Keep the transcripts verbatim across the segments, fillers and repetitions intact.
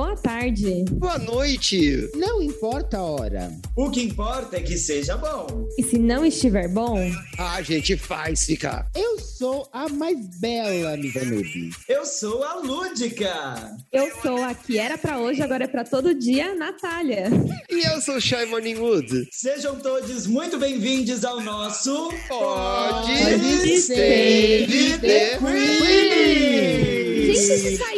Boa tarde. Boa noite. Não importa a hora. O que importa é que seja bom. E se não estiver bom... a gente faz ficar. Eu sou a mais bela, Miss Noob. Eu sou a Lúdica. Eu sou a que era pra hoje, agora é pra todo dia, Natália. E eu sou o Shy Morningwood. Sejam todos muito bem-vindos ao nosso... Pode Save the Queen! Gente, isso saiu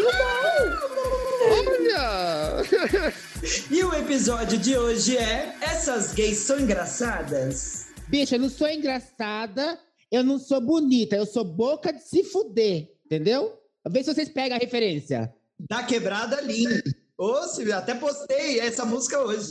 bom! Olha! E o episódio de hoje é Essas gays são engraçadas? Bicha, eu não sou engraçada, eu não sou bonita, eu sou boca de se fuder, entendeu? Vê se vocês pegam a referência. Da Quebrada Lean. Ô, Silvia, até postei essa música hoje.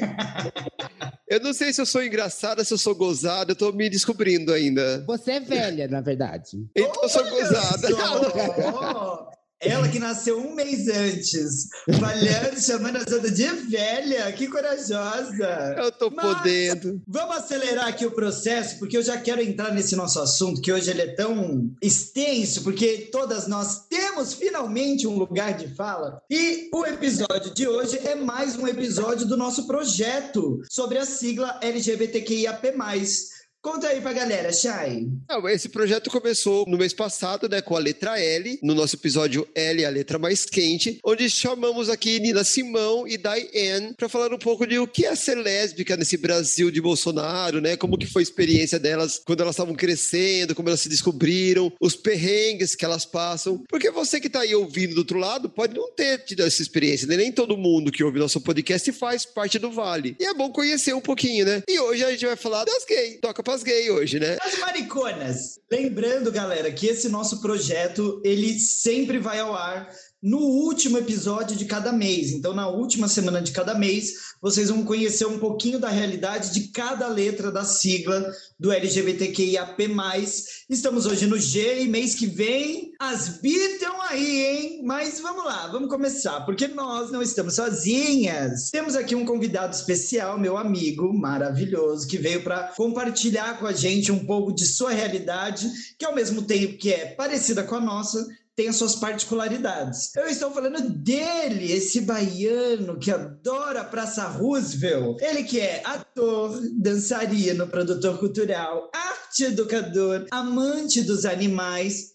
Eu não sei se eu sou engraçada, se eu sou gozada, eu tô me descobrindo ainda. Você é velha, na verdade. Então eu sou gozada. Só. Ela que nasceu um mês antes, falhando, chamando as outras de velha, que corajosa. Eu tô Mas podendo. Vamos acelerar aqui o processo, porque eu já quero entrar nesse nosso assunto, que hoje ele é tão extenso, porque todas nós temos finalmente um lugar de fala. E o episódio de hoje é mais um episódio do nosso projeto sobre a sigla L G B T Q I A P mais. Conta aí pra galera, Chay. Não, esse projeto começou no mês passado, né, com a letra L, no nosso episódio L, a letra mais quente, onde chamamos aqui Nina Simão e Diane para falar um pouco de o que é ser lésbica nesse Brasil de Bolsonaro, né, como que foi a experiência delas quando elas estavam crescendo, como elas se descobriram, os perrengues que elas passam, porque você que tá aí ouvindo do outro lado pode não ter tido essa experiência, né? Nem todo mundo que ouve nosso podcast faz parte do Vale. E é bom conhecer um pouquinho, né? E hoje a gente vai falar das gays, toca pra as gays hoje, né? As mariconas. Lembrando, galera, que esse nosso projeto, ele sempre vai ao ar no último episódio de cada mês. Então, na última semana de cada mês, vocês vão conhecer um pouquinho da realidade de cada letra da sigla do L G B T Q I A P mais. Estamos hoje no G e mês que vem as bi estão aí, hein? Mas vamos lá, vamos começar, porque nós não estamos sozinhas. Temos aqui um convidado especial, meu amigo maravilhoso, que veio para compartilhar com a gente um pouco de sua realidade, que ao mesmo tempo que é parecida com a nossa, tem as suas particularidades. Eu estou falando dele, esse baiano que adora a Praça Roosevelt. Ele que é ator, dançarino, produtor cultural, arte educador, amante dos animais.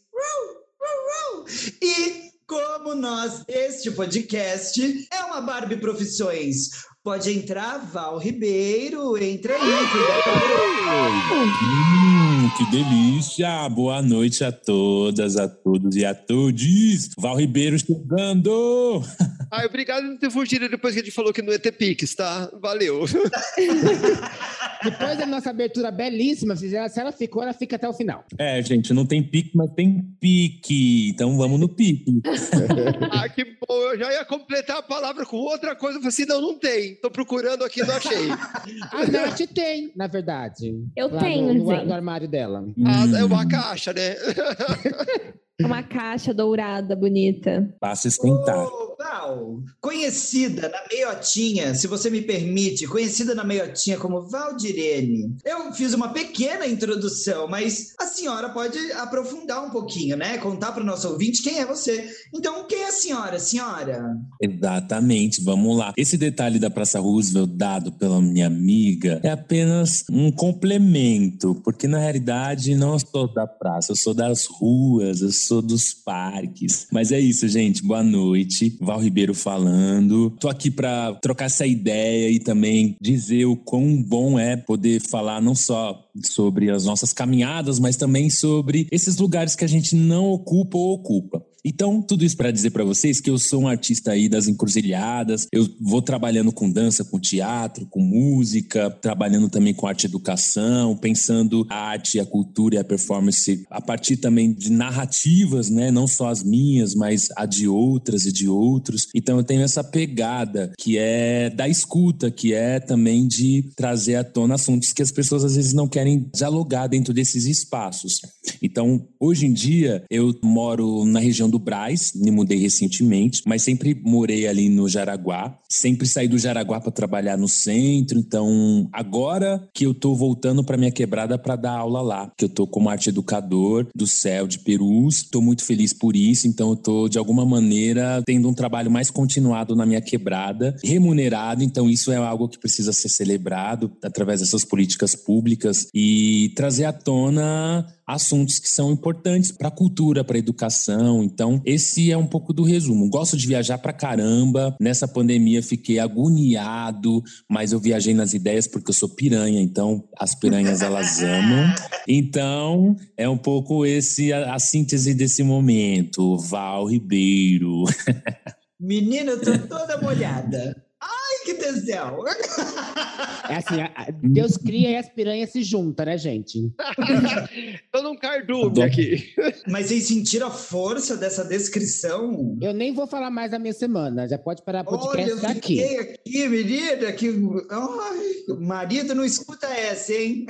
E como nós, este podcast é uma Barbie Profissões. Pode entrar, Val Ribeiro, entra aí. Hum, que delícia! Boa noite a todas, a todos e a todes. Val Ribeiro chegando! Ai, obrigado por ter fugido depois que a gente falou que não ia ter Pix, tá? Valeu. Depois da nossa abertura belíssima, se ela, se ela ficou, ela fica até o final. É, gente, não tem pique, mas tem pique. Então vamos no pique. Ah, que bom. Eu já ia completar a palavra com outra coisa. Eu falei assim, não, não tem. Tô procurando aqui, não achei. A Nath tem, na verdade. Eu lá tenho, no, no, gente. no armário dela. Ah, é uma caixa, né? Uma caixa dourada, bonita. Passa sentar. Ô, Val, conhecida na meiotinha, se você me permite, conhecida na meiotinha como Valdirene. Eu fiz uma pequena introdução, mas a senhora pode aprofundar um pouquinho, né? Contar para o nosso ouvinte quem é você. Então, quem é a senhora, senhora? Exatamente, vamos lá. Esse detalhe da Praça Roosevelt dado pela minha amiga é apenas um complemento, porque na realidade não sou da praça, eu sou das ruas, eu sou dos parques. Mas é isso, gente, boa noite. Val Ribeiro falando. Tô aqui pra trocar essa ideia e também dizer o quão bom é poder falar não só sobre as nossas caminhadas, mas também sobre esses lugares que a gente não ocupa ou ocupa. Então, tudo isso para dizer para vocês que eu sou um artista aí das encruzilhadas, eu vou trabalhando com dança, com teatro, com música, trabalhando também com arte e educação, pensando a arte, a cultura e a performance a partir também de narrativas, né? Não só as minhas, mas a de outras e de outros. Então, eu tenho essa pegada que é da escuta, que é também de trazer à tona assuntos que as pessoas às vezes não querem dialogar dentro desses espaços. Então, hoje em dia, eu moro na região região do Brás, me mudei recentemente, mas sempre morei ali no Jaraguá. Sempre saí do Jaraguá para trabalhar no centro, então agora que eu tô voltando para minha quebrada para dar aula lá, que eu tô como arte educador do C E L de Perus, tô muito feliz por isso, então eu tô de alguma maneira tendo um trabalho mais continuado na minha quebrada, remunerado, então isso é algo que precisa ser celebrado através dessas políticas públicas e trazer à tona assuntos que são importantes para a cultura, para a educação. Então, esse é um pouco do resumo. Gosto de viajar pra caramba. Nessa pandemia fiquei agoniado, mas eu viajei nas ideias porque eu sou piranha, então as piranhas elas amam. Então, é um pouco esse a, a síntese desse momento. Val Ribeiro. Menina, eu tô toda molhada. Ai, que tesão! É assim, a- a- Deus cria e as piranhas se juntam, né, gente? Tô num cardume aqui. Mas vocês sentiram a força dessa descrição? Eu nem vou falar mais da minha semana, já pode parar o Olha, podcast eu daqui. fiquei aqui, menina, que... Ai, marido não escuta essa, hein?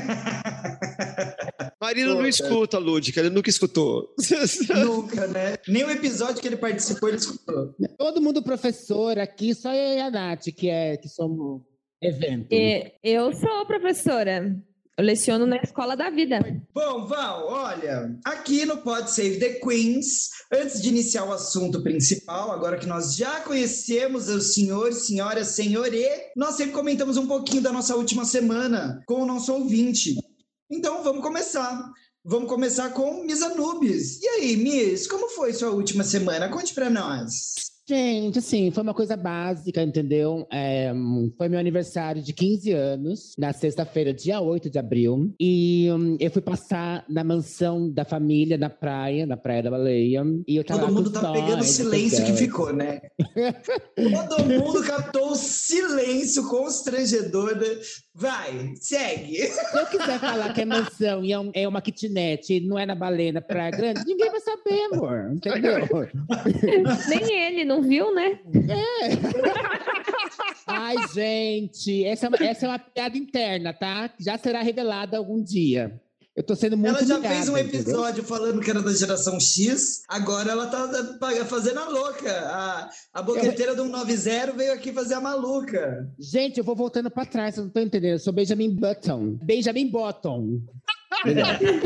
Marido não escuta, Lúdica, ele nunca escutou. Nunca, né? Nem o episódio que ele participou, ele escutou. Todo mundo professor aqui, só eu e a Nath, que, é, que somos evento. E eu sou professora. Eu leciono na Escola da Vida. Bom, Val, olha, aqui no Pod Save the Queens, antes de iniciar o assunto principal, agora que nós já conhecemos os senhores, senhoras, senhorê, nós sempre comentamos um pouquinho da nossa última semana com o nosso ouvinte. Então, vamos começar. Vamos começar com Miss Anubis. E aí, Miss, como foi sua última semana? Conte pra nós. Gente, assim, foi uma coisa básica, entendeu? É, foi meu aniversário de quinze anos, na sexta-feira, dia oito de abril. E hum, eu fui passar na mansão da família, na praia, na Praia da Baleia. E eu tava Todo lá mundo com tá pegando o nós, silêncio que delas. ficou, né? Todo mundo captou o silêncio constrangedor. Da... Vai, segue. Se eu quiser falar que é mansão e é, um- é uma kitnet e não é na Baleia, na Praia Grande, ninguém vai saber, amor. Entendeu? Nem ele, não viu, né? Ai, gente, essa, é uma- essa é uma piada interna, tá? Já será revelada algum dia. Eu tô sendo muito Ela já humilhada, fez um entendeu? episódio falando que era da geração X, agora ela tá pa- fazendo a louca. A, a boqueteira do cento e noventa veio aqui fazer a maluca. Gente, eu vou voltando pra trás, vocês não estão entendendo. Eu sou Benjamin Button. Benjamin Button. Entendeu?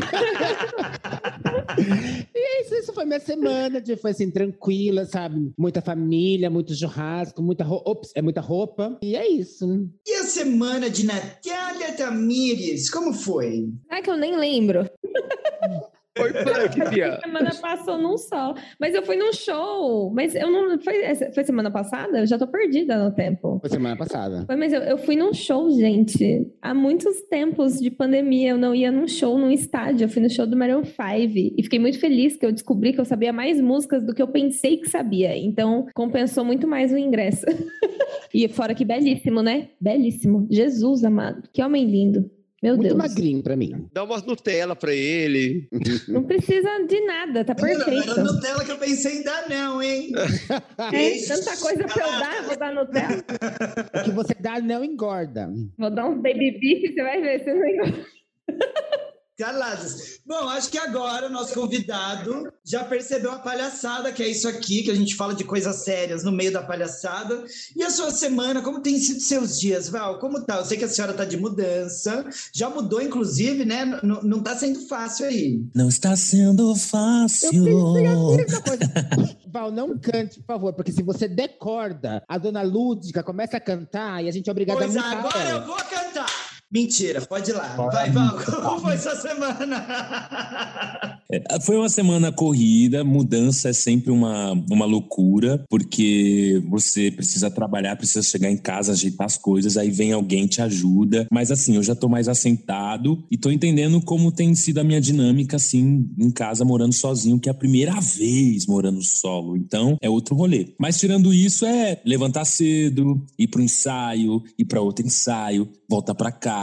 E é isso, isso foi minha semana, de- foi assim, tranquila, sabe? Muita família, muito churrasco, muita roupa, ops, é muita roupa. E é isso. E a semana de Natália Tamires, como foi? Ah, que eu nem lembro. Foi punk, Pia. Semana passou num só. Mas eu fui num show. Mas eu não. Foi, foi semana passada? Eu já tô perdida no tempo. Foi semana passada. Foi, mas eu, eu fui num show, gente. Há muitos tempos de pandemia, eu não ia num show, num estádio. Eu fui no show do Maroon five. E fiquei muito feliz que eu descobri que eu sabia mais músicas do que eu pensei que sabia. Então, compensou muito mais o ingresso. E fora que belíssimo, né? Belíssimo. Jesus amado. Que homem lindo. Meu Muito Deus. magrinho pra mim. Dá umas Nutella pra ele. Não precisa de nada, tá Não era perfeito. Nutella que eu pensei em dar, não, hein? É, tanta coisa pra eu dar, vou dar Nutella. O que você dá não engorda. Vou dar uns baby beef, você vai ver. Você não... Caladas. Bom, acho que agora o nosso convidado já percebeu a palhaçada, que é isso aqui, que a gente fala de coisas sérias no meio da palhaçada. E a sua semana, como tem sido seus dias, Val? Como tá? Eu sei que a senhora tá de mudança, já mudou, inclusive, né? N- não tá sendo fácil aí. Não está sendo Eu fácil. pensei a mesma coisa. Val, não cante, por favor, porque se você decorda, a dona Lúdica começa a cantar e a gente é obrigada Pois a mutar agora ela. eu vou cantar. Mentira, pode ir lá. Vai, Val, como foi sua semana? É, Foi uma semana corrida, mudança é sempre uma, uma loucura, porque você precisa trabalhar, precisa chegar em casa, ajeitar as coisas, aí vem alguém, te ajuda. Mas assim, eu já tô mais assentado e tô entendendo como tem sido a minha dinâmica, assim, em casa, morando sozinho, que é a primeira vez morando solo. Então, é outro rolê. Mas tirando isso, é levantar cedo, ir pro ensaio, ir pra outro ensaio, voltar pra casa,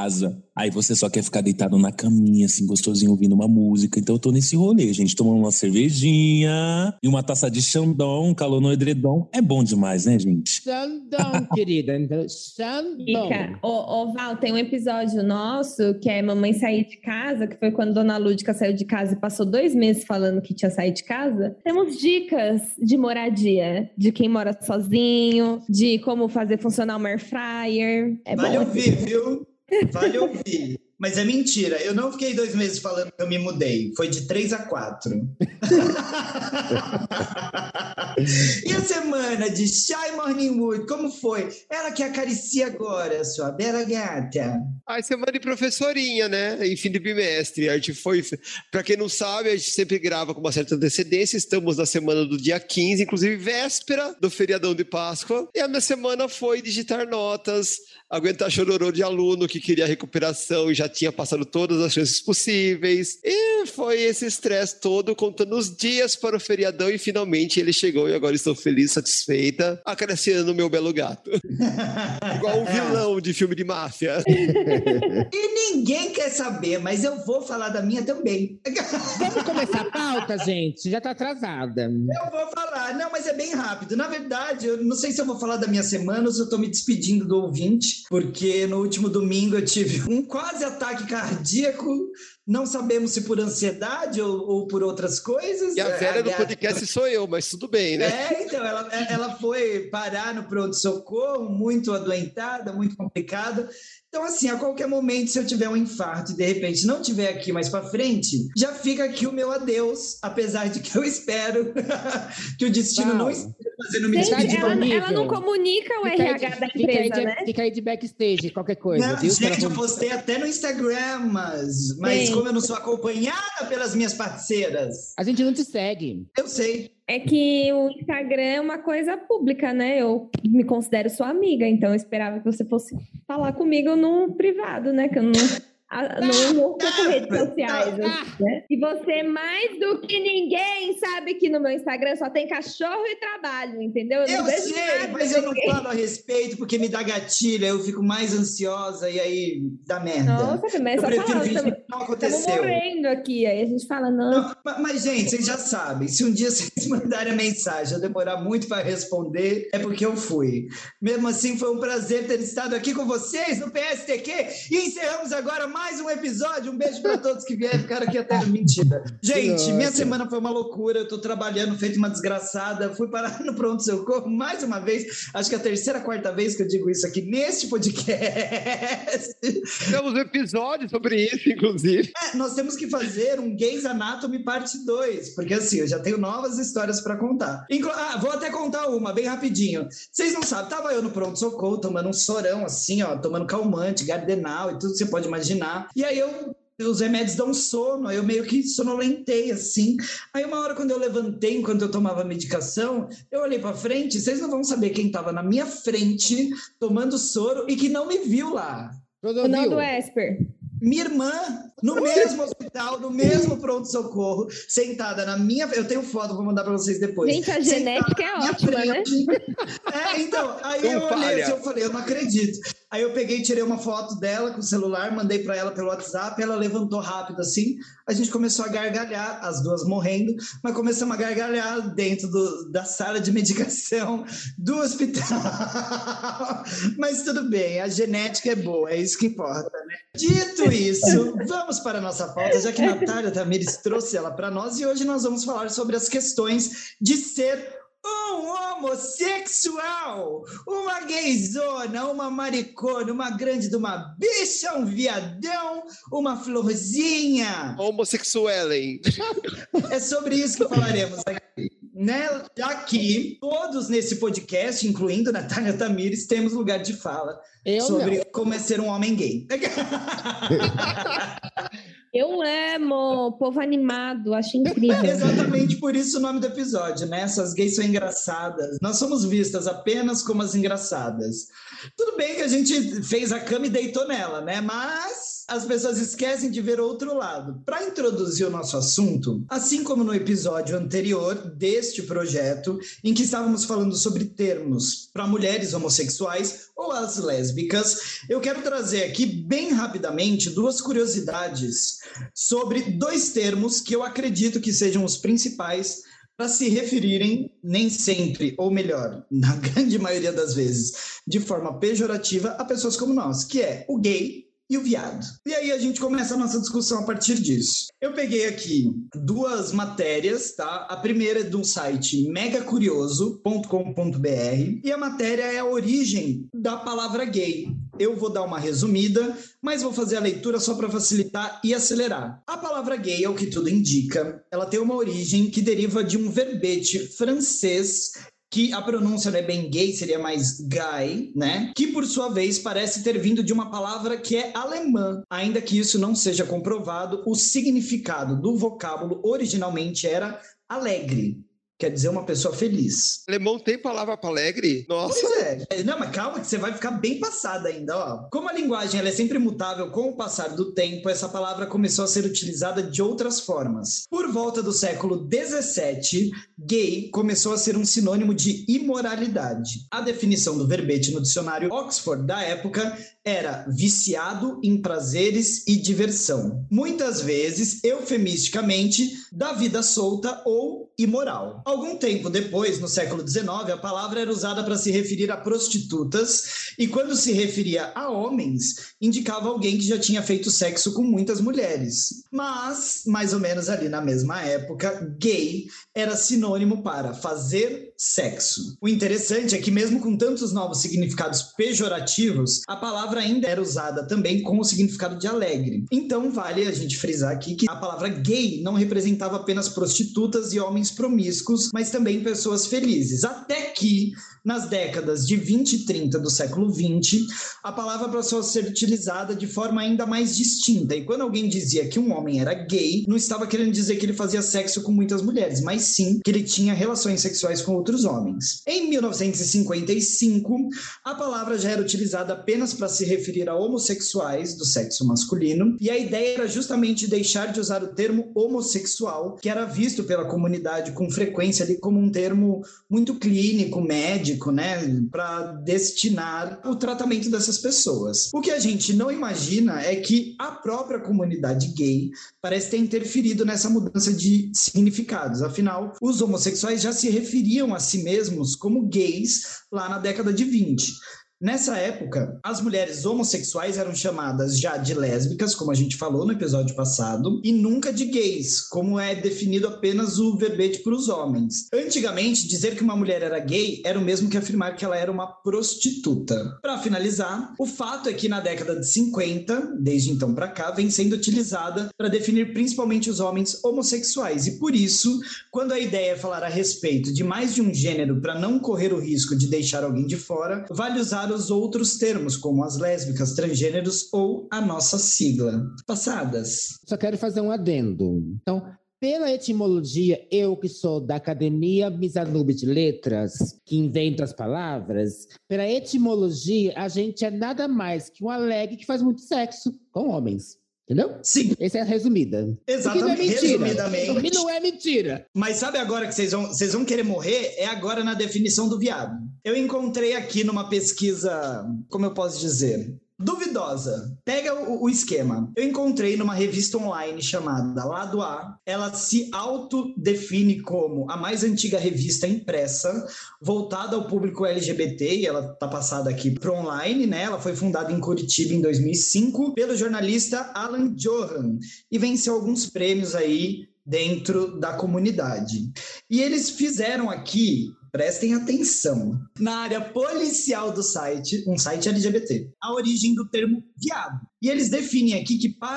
casa. Aí você só quer ficar deitado na caminha, assim, gostosinho, ouvindo uma música. Então eu tô nesse rolê, gente, tomando uma cervejinha e uma taça de Chandon, um calor no edredom. É bom demais, né, gente? Chandon, querida. Chandon. Fica. Ô, ô, Val, tem um episódio nosso que é Mamãe Sair de Casa, que foi quando Dona Lúdica saiu de casa e passou dois meses falando que tinha saído de casa. Temos dicas de moradia, de quem mora sozinho, de como fazer funcionar uma air fryer. É vale bom. ouvir, viu? Vale ouvir. Mas é mentira, eu não fiquei dois meses falando que eu me mudei. Foi de três a quatro. E a semana de Shy Morning Wood, como foi? Ela que acaricia agora, sua bela gata. Ai, semana de professorinha, né? Em fim de bimestre. A gente foi... Pra quem não sabe, a gente sempre grava com uma certa antecedência. Estamos na semana do dia quinze, inclusive véspera do feriadão de Páscoa. E a minha semana foi digitar notas, aguentar chororô de aluno que queria recuperação e já tinha passado todas as chances possíveis. E foi esse estresse todo, contando os dias para o feriadão, e finalmente ele chegou e agora estou feliz, satisfeita, acariciando o meu belo gato. Igual um vilão de filme de máfia. E ninguém quer saber, mas eu vou falar da minha também. Vamos começar a pauta, gente? Já tá atrasada. Eu vou falar. Não, mas é bem rápido. Na verdade, eu não sei se eu vou falar da minha semana ou se eu tô me despedindo do ouvinte, porque no último domingo eu tive um quase ataque cardíaco. Não sabemos se por ansiedade ou, ou por outras coisas. E a velha a do gata... podcast sou eu, mas tudo bem, né? É, então, ela, ela foi parar no pronto-socorro, muito adoentada, muito complicada. Então, assim, a qualquer momento, se eu tiver um infarto e de repente não tiver aqui mais pra frente, já fica aqui o meu adeus, apesar de que eu espero que o destino Não. não esteja fazendo me Gente, despedir. ela, disponível. ela não comunica o Fica R aí H de- da fica aí empresa, de- né? Fica aí de backstage, qualquer coisa, Não, viu? gente, Pra- eu postei até no Instagram, mas, mas Sim. como eu não sou acompanhada pelas minhas parceiras, A gente não te segue. eu sei. É que o Instagram é uma coisa pública, né? Eu me considero sua amiga, então eu esperava que você fosse falar comigo no privado, né? Que eu não, a, não, não tô com redes sociais, assim, né? E você, mais do que ninguém, sabe que no meu Instagram só tem cachorro e trabalho, entendeu? Eu não vejo sei, nada mas de eu não ninguém. falo a respeito porque me dá gatilho, eu fico mais ansiosa e aí dá merda. Nossa, mas eu só prefiro falar, fingir estamos que não estamos aconteceu. morrendo aqui, aí a gente fala, não, Não, ma- mas, gente, vocês já sabem, se um dia vocês mandarem a mensagem, eu demorar muito para responder, é porque eu fui. Mesmo assim, foi um prazer ter estado aqui com vocês no P S T Q e encerramos agora mais um episódio. Um beijo para todos que vieram, ficaram aqui até mentira. Gente, minha semana foi uma loucura, eu tô trabalhando, feito uma desgraçada, fui parar no pronto-socorro mais uma vez, acho que é a terceira, quarta vez que eu digo isso aqui neste podcast. Temos um episódio sobre isso, inclusive. É, nós temos que fazer um Grey's Anatomy parte dois, porque assim, eu já tenho novas histórias para contar. Inclu- ah, vou até contar uma, bem rapidinho. Vocês não sabem, tava eu no pronto-socorro, tomando um sorão assim, ó, tomando calmante, Gardenal e tudo que você pode imaginar. E aí eu... os remédios dão sono, aí eu meio que sonolentei, assim. Aí uma hora, quando eu levantei, enquanto eu tomava a medicação, eu olhei pra frente, vocês não vão saber quem tava na minha frente, tomando soro, e que não me viu lá. o Rodovil. Naldo Esper. Minha irmã, no mesmo hospital, no mesmo pronto-socorro, sentada na minha... Eu tenho foto, vou mandar pra vocês depois. Gente, a Sentada genética é na minha ótima, né? frente. É, então, aí Não eu olhei falha. assim, eu falei, eu não acredito. Aí eu peguei, tirei uma foto dela com o celular, mandei pra ela pelo WhatsApp, ela levantou rápido assim, a gente começou a gargalhar, as duas morrendo, mas começamos a gargalhar dentro do, da sala de medicação do hospital. Mas tudo bem, a genética é boa, é isso que importa, né? Dito isso, vamos para a nossa pauta, já que Natália Tamires trouxe ela para nós, e hoje nós vamos falar sobre as questões de ser um homossexual, uma gayzona, uma maricona, uma grande de uma bicha, um viadão, uma florzinha. Homossexuelen. É sobre isso que falaremos aqui. Né? Já que todos nesse podcast, incluindo Natália Tamires, temos lugar de fala Eu sobre não. como é ser um homem gay. Eu amo, povo animado, acho incrível. Exatamente por isso o nome do episódio, né? Essas gays são engraçadas. Nós somos vistas apenas como as engraçadas. Tudo bem que a gente fez a cama e deitou nela, né? Mas as pessoas esquecem de ver outro lado. Para introduzir o nosso assunto, assim como no episódio anterior deste projeto, em que estávamos falando sobre termos para mulheres homossexuais ou as lésbicas, eu quero trazer aqui bem rapidamente duas curiosidades sobre dois termos que eu acredito que sejam os principais para se referirem, nem sempre, ou melhor, na grande maioria das vezes, de forma pejorativa a pessoas como nós, que é o gay e o viado. E aí a gente começa a nossa discussão a partir disso. Eu peguei aqui duas matérias, tá? A primeira é do site mega curioso ponto com ponto b r e a matéria é a origem da palavra gay. Eu vou dar uma resumida, mas vou fazer a leitura só para facilitar e acelerar. A palavra gay, ao que tudo indica, ela tem uma origem que deriva de um verbete francês que a pronúncia não é bem gay, seria mais guy, né? Que, por sua vez, parece ter vindo de uma palavra que é alemã. Ainda que isso não seja comprovado, o significado do vocábulo originalmente era alegre. Quer dizer, uma pessoa feliz. Alemão tem palavra para alegre? Nossa. Pois é. Não, mas calma que você vai ficar bem passada ainda, ó. Como a linguagem ela é sempre mutável com o passar do tempo, essa palavra começou a ser utilizada de outras formas. Por volta do século dezessete, gay começou a ser um sinônimo de imoralidade. A definição do verbete no dicionário Oxford da época era viciado em prazeres e diversão. Muitas vezes, eufemisticamente, da vida solta ou imoral. Algum tempo depois, no século dezenove, a palavra era usada para se referir a prostitutas e quando se referia a homens, indicava alguém que já tinha feito sexo com muitas mulheres. Mas, mais ou menos ali na mesma época, gay era sinônimo para fazer sexo. O interessante é que mesmo com tantos novos significados pejorativos, a palavra ainda era usada também com o significado de alegre. Então vale a gente frisar aqui que a palavra gay não representava apenas prostitutas e homens promíscuos, mas também pessoas felizes. Até que, nas décadas de vinte e trinta do século vinte, a palavra passou a ser utilizada de forma ainda mais distinta. E quando alguém dizia que um homem era gay, não estava querendo dizer que ele fazia sexo com muitas mulheres, mas sim que ele tinha relações sexuais com outros homens. Em mil novecentos e cinquenta e cinco, a palavra já era utilizada apenas para se referir a homossexuais do sexo masculino, e a ideia era justamente deixar de usar o termo homossexual, que era visto pela comunidade com frequência ali como um termo muito clínico, médico, né, para destinar o tratamento dessas pessoas. O que a gente não imagina é que a própria comunidade gay parece ter interferido nessa mudança de significados. Afinal, os homossexuais já se referiam a si mesmos como gays lá na década de vinte. Nessa época, as mulheres homossexuais eram chamadas já de lésbicas, como a gente falou no episódio passado, e nunca de gays, como é definido apenas o verbete para os homens. Antigamente, dizer que uma mulher era gay era o mesmo que afirmar que ela era uma prostituta. Para finalizar, o fato é que na década de cinquenta, desde então para cá, vem sendo utilizada para definir principalmente os homens homossexuais, e por isso, quando a ideia é falar a respeito de mais de um gênero para não correr o risco de deixar alguém de fora, vale usar os outros termos, como as lésbicas, transgêneros ou a nossa sigla. Passadas. Só quero fazer um adendo. Então, pela etimologia, eu que sou da Academia Misanube de Letras, que invento as palavras, pela etimologia, a gente é nada mais que um alegre que faz muito sexo com homens. Entendeu? Sim. Essa é a resumida. Exatamente. Não é mentira. Resumidamente. E não é mentira. Mas sabe agora que vocês vão, vocês vão querer morrer? É agora na definição do viado. Eu encontrei aqui numa pesquisa, como eu posso dizer, duvidosa. Pega o, o esquema. Eu encontrei numa revista online chamada Lado A. Ela se autodefine como a mais antiga revista impressa voltada ao público L G B T, e ela tá passada aqui pro online, né? Ela foi fundada em Curitiba em dois mil e cinco pelo jornalista Alan Johan e venceu alguns prêmios aí dentro da comunidade. E eles fizeram aqui, prestem atenção, na área policial do site, um site L G B T, a origem do termo viado. E eles definem aqui que para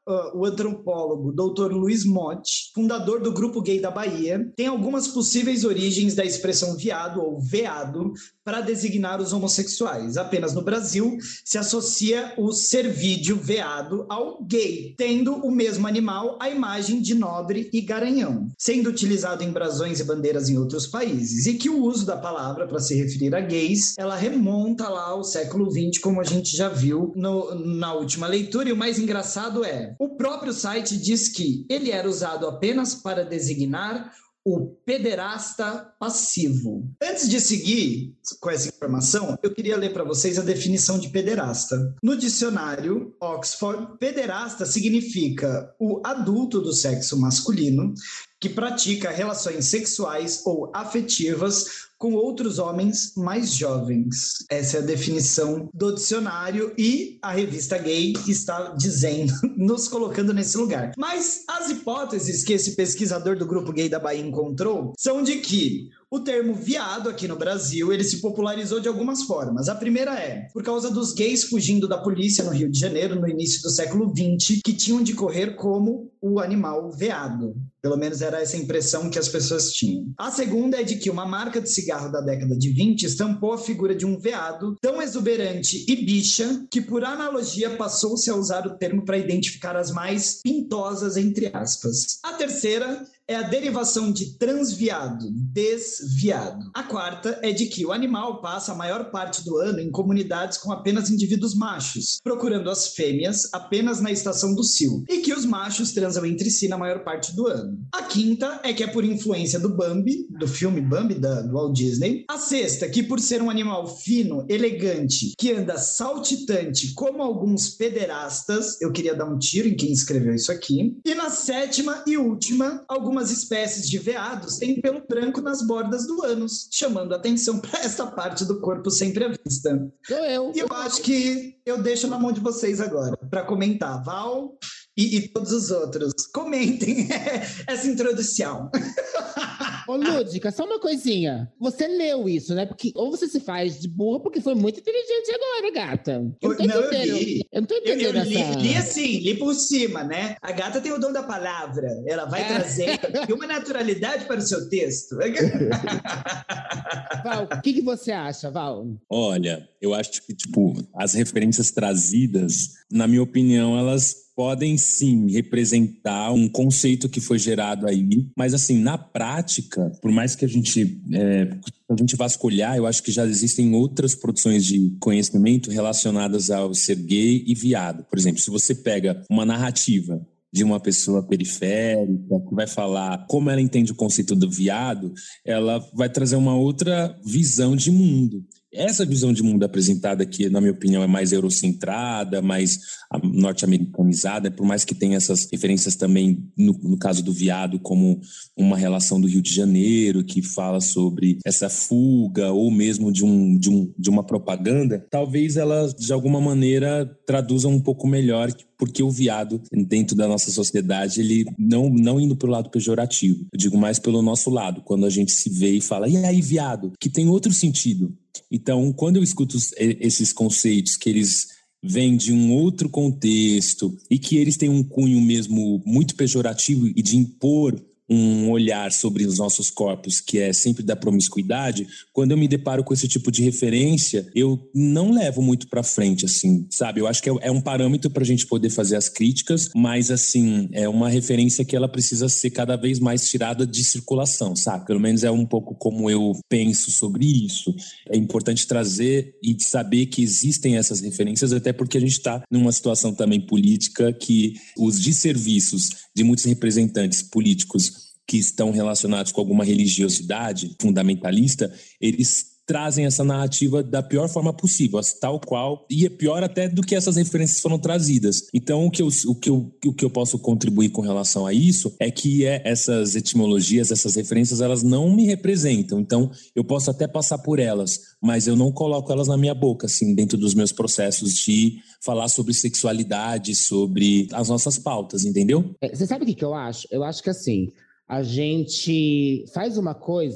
uh, o antropólogo doutor Luiz Motti, fundador do Grupo Gay da Bahia, tem algumas possíveis origens da expressão viado ou veado para designar os homossexuais. Apenas no Brasil se associa o cervídeo veado ao gay, tendo o mesmo animal a imagem de nobre e garanhão, sendo utilizado em brasões e bandeiras em outros países, e que o uso da palavra para se referir a gays, ela remonta lá ao século vinte, como a gente já viu no, na última leitura, e o mais engraçado é, o próprio site diz que ele era usado apenas para designar o pederasta passivo. Antes de seguir com essa informação, eu queria ler para vocês a definição de pederasta. No dicionário Oxford, pederasta significa o adulto do sexo masculino que pratica relações sexuais ou afetivas com outros homens mais jovens. Essa é a definição do dicionário e a revista Gay está dizendo, nos colocando nesse lugar. Mas as hipóteses que esse pesquisador do Grupo Gay da Bahia encontrou são de que o termo viado aqui no Brasil, ele se popularizou de algumas formas. A primeira é por causa dos gays fugindo da polícia no Rio de Janeiro no início do século vinte, que tinham de correr como o animal veado. Pelo menos era essa impressão que as pessoas tinham. A segunda é de que uma marca de cigarro da década de vinte estampou a figura de um veado tão exuberante e bicha que, por analogia, passou-se a usar o termo para identificar as mais pintosas, entre aspas. A terceira é a derivação de transviado, desviado. A quarta é de que o animal passa a maior parte do ano em comunidades com apenas indivíduos machos, procurando as fêmeas apenas na estação do cio, e que os machos transam entre si na maior parte do ano. A quinta é que é por influência do Bambi, do filme Bambi, da, do Walt Disney. A sexta, que por ser um animal fino, elegante, que anda saltitante como alguns pederastas, eu queria dar um tiro em quem escreveu isso aqui. E na sétima e última, algumas Algumas espécies de veados têm pelo branco nas bordas do ânus, chamando atenção para esta parte do corpo sempre à vista. Sou eu. E eu acho que eu deixo na mão de vocês agora, para comentar. Val e, e todos os outros, comentem essa introdução. Ô, Lúdica, só uma coisinha. Você leu isso, né? Porque ou você se faz de burra porque foi muito inteligente agora, gata. Eu não tô não, entendendo. Eu, li. eu não tô entendendo eu, eu li, essa... li assim, li por cima, né? A gata tem o dom da palavra. Ela vai é. trazer uma naturalidade para o seu texto. Val, o que, que você acha, Val? Olha, eu acho que, tipo, as referências trazidas, na minha opinião, elas podem sim representar um conceito que foi gerado aí, mas assim, na prática, por mais que a gente, é, a gente vasculhar, eu acho que já existem outras produções de conhecimento relacionadas ao ser gay e viado. Por exemplo, se você pega uma narrativa de uma pessoa periférica, que vai falar como ela entende o conceito do viado, ela vai trazer uma outra visão de mundo. Essa visão de mundo apresentada aqui, na minha opinião, é mais eurocentrada, mais norte-americanizada, por mais que tenha essas referências também, no, no caso do viado, como uma relação do Rio de Janeiro, que fala sobre essa fuga, ou mesmo de, um, de, um, de uma propaganda, talvez ela, de alguma maneira, traduza um pouco melhor, porque o viado, dentro da nossa sociedade, ele não, não indo pelo lado pejorativo, eu digo mais pelo nosso lado, quando a gente se vê e fala, e aí, viado? Que tem outro sentido. Então, quando eu escuto esses conceitos que eles vêm de um outro contexto e que eles têm um cunho mesmo muito pejorativo e de impor um olhar sobre os nossos corpos que é sempre da promiscuidade, quando eu me deparo com esse tipo de referência, eu não levo muito pra frente, assim, sabe? Eu acho que é um parâmetro pra gente poder fazer as críticas, mas, assim, é uma referência que ela precisa ser cada vez mais tirada de circulação, sabe? Pelo menos é um pouco como eu penso sobre isso. É importante trazer e saber que existem essas referências, até porque a gente tá numa situação também política que os desserviços de muitos representantes políticos que estão relacionados com alguma religiosidade fundamentalista, eles trazem essa narrativa da pior forma possível, tal qual, e é pior até do que essas referências foram trazidas. Então, o que eu, o que eu, o que eu posso contribuir com relação a isso é que é, essas etimologias, essas referências, elas não me representam. Então, eu posso até passar por elas, mas eu não coloco elas na minha boca, assim, dentro dos meus processos de falar sobre sexualidade, sobre as nossas pautas, entendeu? É, você sabe o que, que eu acho? Eu acho que, assim, a gente faz uma coisa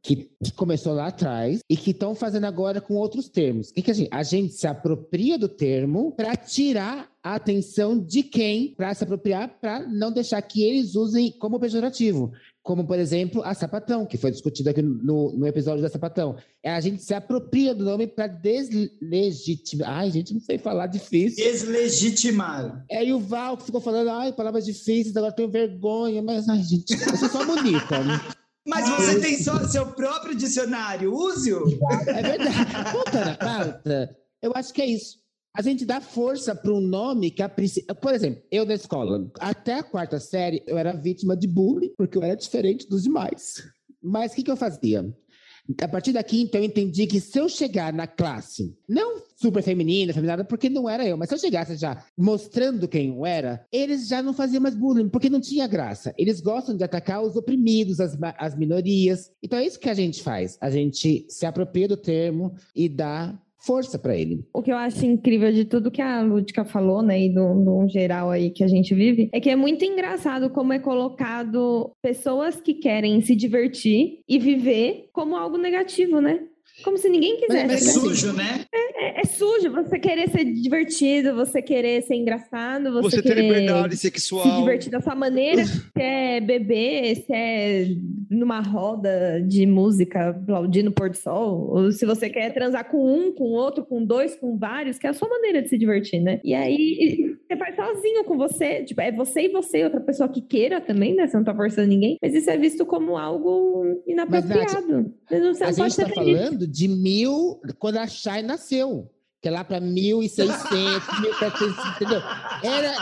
que, que começou lá atrás e que estão fazendo agora com outros termos. O que, que a gente? A gente se apropria do termo para tirar a atenção de quem para se apropriar, para não deixar que eles usem como pejorativo. Como, por exemplo, a sapatão, que foi discutido aqui no, no episódio da sapatão. É, a gente se apropria do nome para deslegitimar. Ai, gente, não sei falar, difícil. Deslegitimar. É, e o Val que ficou falando, ai, palavras difíceis, agora tenho vergonha. Mas, ai, gente, eu sou só bonita. Né? Mas você tem só seu próprio dicionário, use-o. É verdade. Voltando à pauta, eu acho que é isso. A gente dá força para um nome que a princípio... Por exemplo, eu na escola, até a quarta série, eu era vítima de bullying, porque eu era diferente dos demais. Mas o que, que eu fazia? A partir da quinta, eu entendi que se eu chegar na classe, não super feminina, feminada, porque não era eu, mas se eu chegasse já mostrando quem eu era, eles já não faziam mais bullying, porque não tinha graça. Eles gostam de atacar os oprimidos, as, as minorias. Então é isso que a gente faz. A gente se apropria do termo e dá força para ele. O que eu acho incrível de tudo que a Lúdica falou, né, e do, do geral aí que a gente vive, é que é muito engraçado como é colocado pessoas que querem se divertir e viver como algo negativo, né? Como se ninguém quisesse. É sujo, né? É, é, é sujo você querer ser divertido, você querer ser engraçado, você, você querer ter liberdade sexual, se divertir da sua maneira, se é beber, se é numa roda de música aplaudindo o pôr do sol, ou se você quer transar com um, com outro, com dois, com vários, que é a sua maneira de se divertir, né? E aí você faz sozinho com você, tipo, é você e você e outra pessoa que queira também, né? Você não tá forçando ninguém, mas isso é visto como algo inapropriado. Mas, Nath, não, a gente tá falando de mil, quando a Shai nasceu, que é lá para mil e seiscentos, mil e setecentos, entendeu? Era,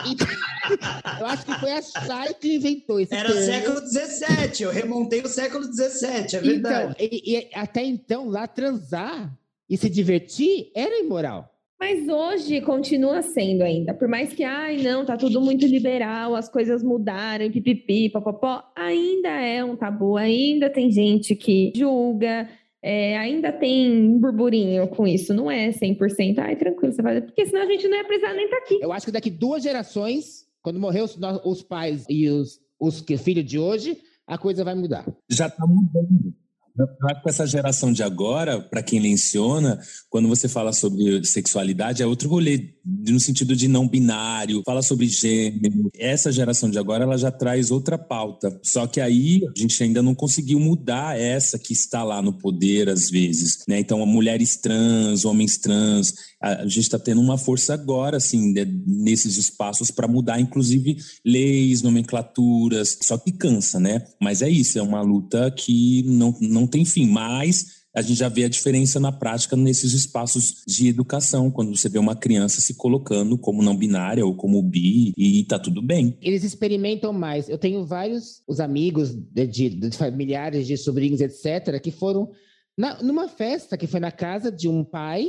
eu acho que foi a Shai que inventou esse Era termo. século dezessete, eu remontei o século dezessete, é verdade. Então, e, e até então, lá transar e se divertir era imoral. Mas hoje continua sendo ainda. Por mais que, ai, não, tá tudo muito liberal, as coisas mudaram, pipipi, papapó, ainda é um tabu, ainda tem gente que julga, é, ainda tem burburinho com isso. Não é cem por cento, ai, tranquilo, você vai... Porque senão a gente não ia precisar nem estar aqui. Eu acho que daqui duas gerações, quando morrer os, os pais e os, os filhos de hoje, a coisa vai mudar. Já tá mudando. Eu acho que essa geração de agora, para quem menciona, quando você fala sobre sexualidade, é outro rolê, no sentido de não binário, fala sobre gênero. Essa geração de agora, ela já traz outra pauta. Só que aí, a gente ainda não conseguiu mudar essa que está lá no poder, às vezes, né? Então, mulheres trans, homens trans, a gente está tendo uma força agora, assim, de, nesses espaços para mudar, inclusive, leis, nomenclaturas. Só que cansa, né? Mas é isso, é uma luta que não, não Não tem fim, mas a gente já vê a diferença na prática nesses espaços de educação, quando você vê uma criança se colocando como não binária ou como bi, e tá tudo bem. Eles experimentam mais. Eu tenho vários os amigos de, de, de familiares, de sobrinhos, etcétera, que foram na, numa festa que foi na casa de um pai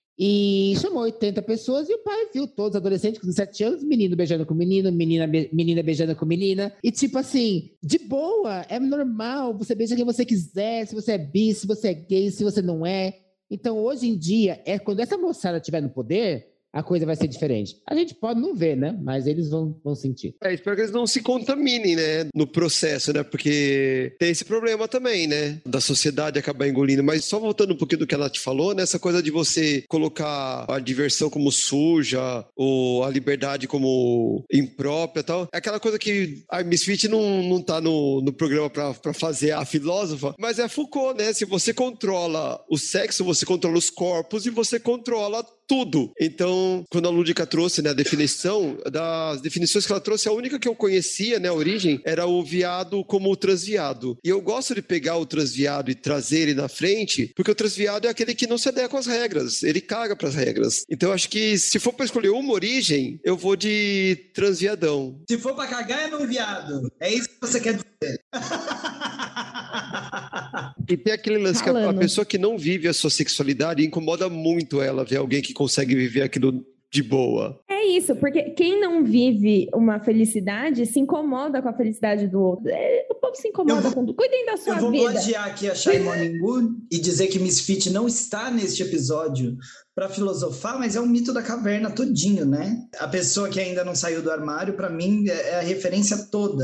e chamou oitenta pessoas e o pai viu todos os adolescentes com dezessete anos, menino beijando com menino, menina, be, menina beijando com menina. E tipo assim, de boa, é normal, você beija quem você quiser, se você é bi, se você é gay, se você não é. Então hoje em dia, é quando essa moçada estiver no poder, a coisa vai ser diferente. A gente pode não ver, né? Mas eles vão, vão sentir. É, espero que eles não se contaminem, né? No processo, né? Porque tem esse problema também, né? Da sociedade acabar engolindo. Mas só voltando um pouquinho do que a Nath falou, né? Essa coisa de você colocar a diversão como suja, ou a liberdade como imprópria e tal. É aquela coisa que a Misfit não, não tá no, no programa pra, pra fazer a filósofa, mas é Foucault, né? Se você controla o sexo, você controla os corpos e você controla tudo. Então, quando a Lúdica trouxe, né, a definição, das definições que ela trouxe, a única que eu conhecia, né, a origem, era o viado como o transviado. E eu gosto de pegar o transviado e trazer ele na frente, porque o transviado é aquele que não se adequa às regras, ele caga pras regras. Então, eu acho que se for pra escolher uma origem, eu vou de transviadão. Se for pra cagar, é não viado. É isso que você quer dizer. E tem aquele lance que a, a pessoa que não vive a sua sexualidade incomoda muito ela ver alguém que consegue viver aquilo de boa. É isso, porque quem não vive uma felicidade se incomoda com a felicidade do outro. É, o povo se incomoda vou, com tudo. Cuidem da sua vida. Eu vou plagiar aqui a Shai Morning Wood e dizer que Misfit não está neste episódio para filosofar, mas é um mito da caverna todinho, né? A pessoa que ainda não saiu do armário, para mim, é a referência toda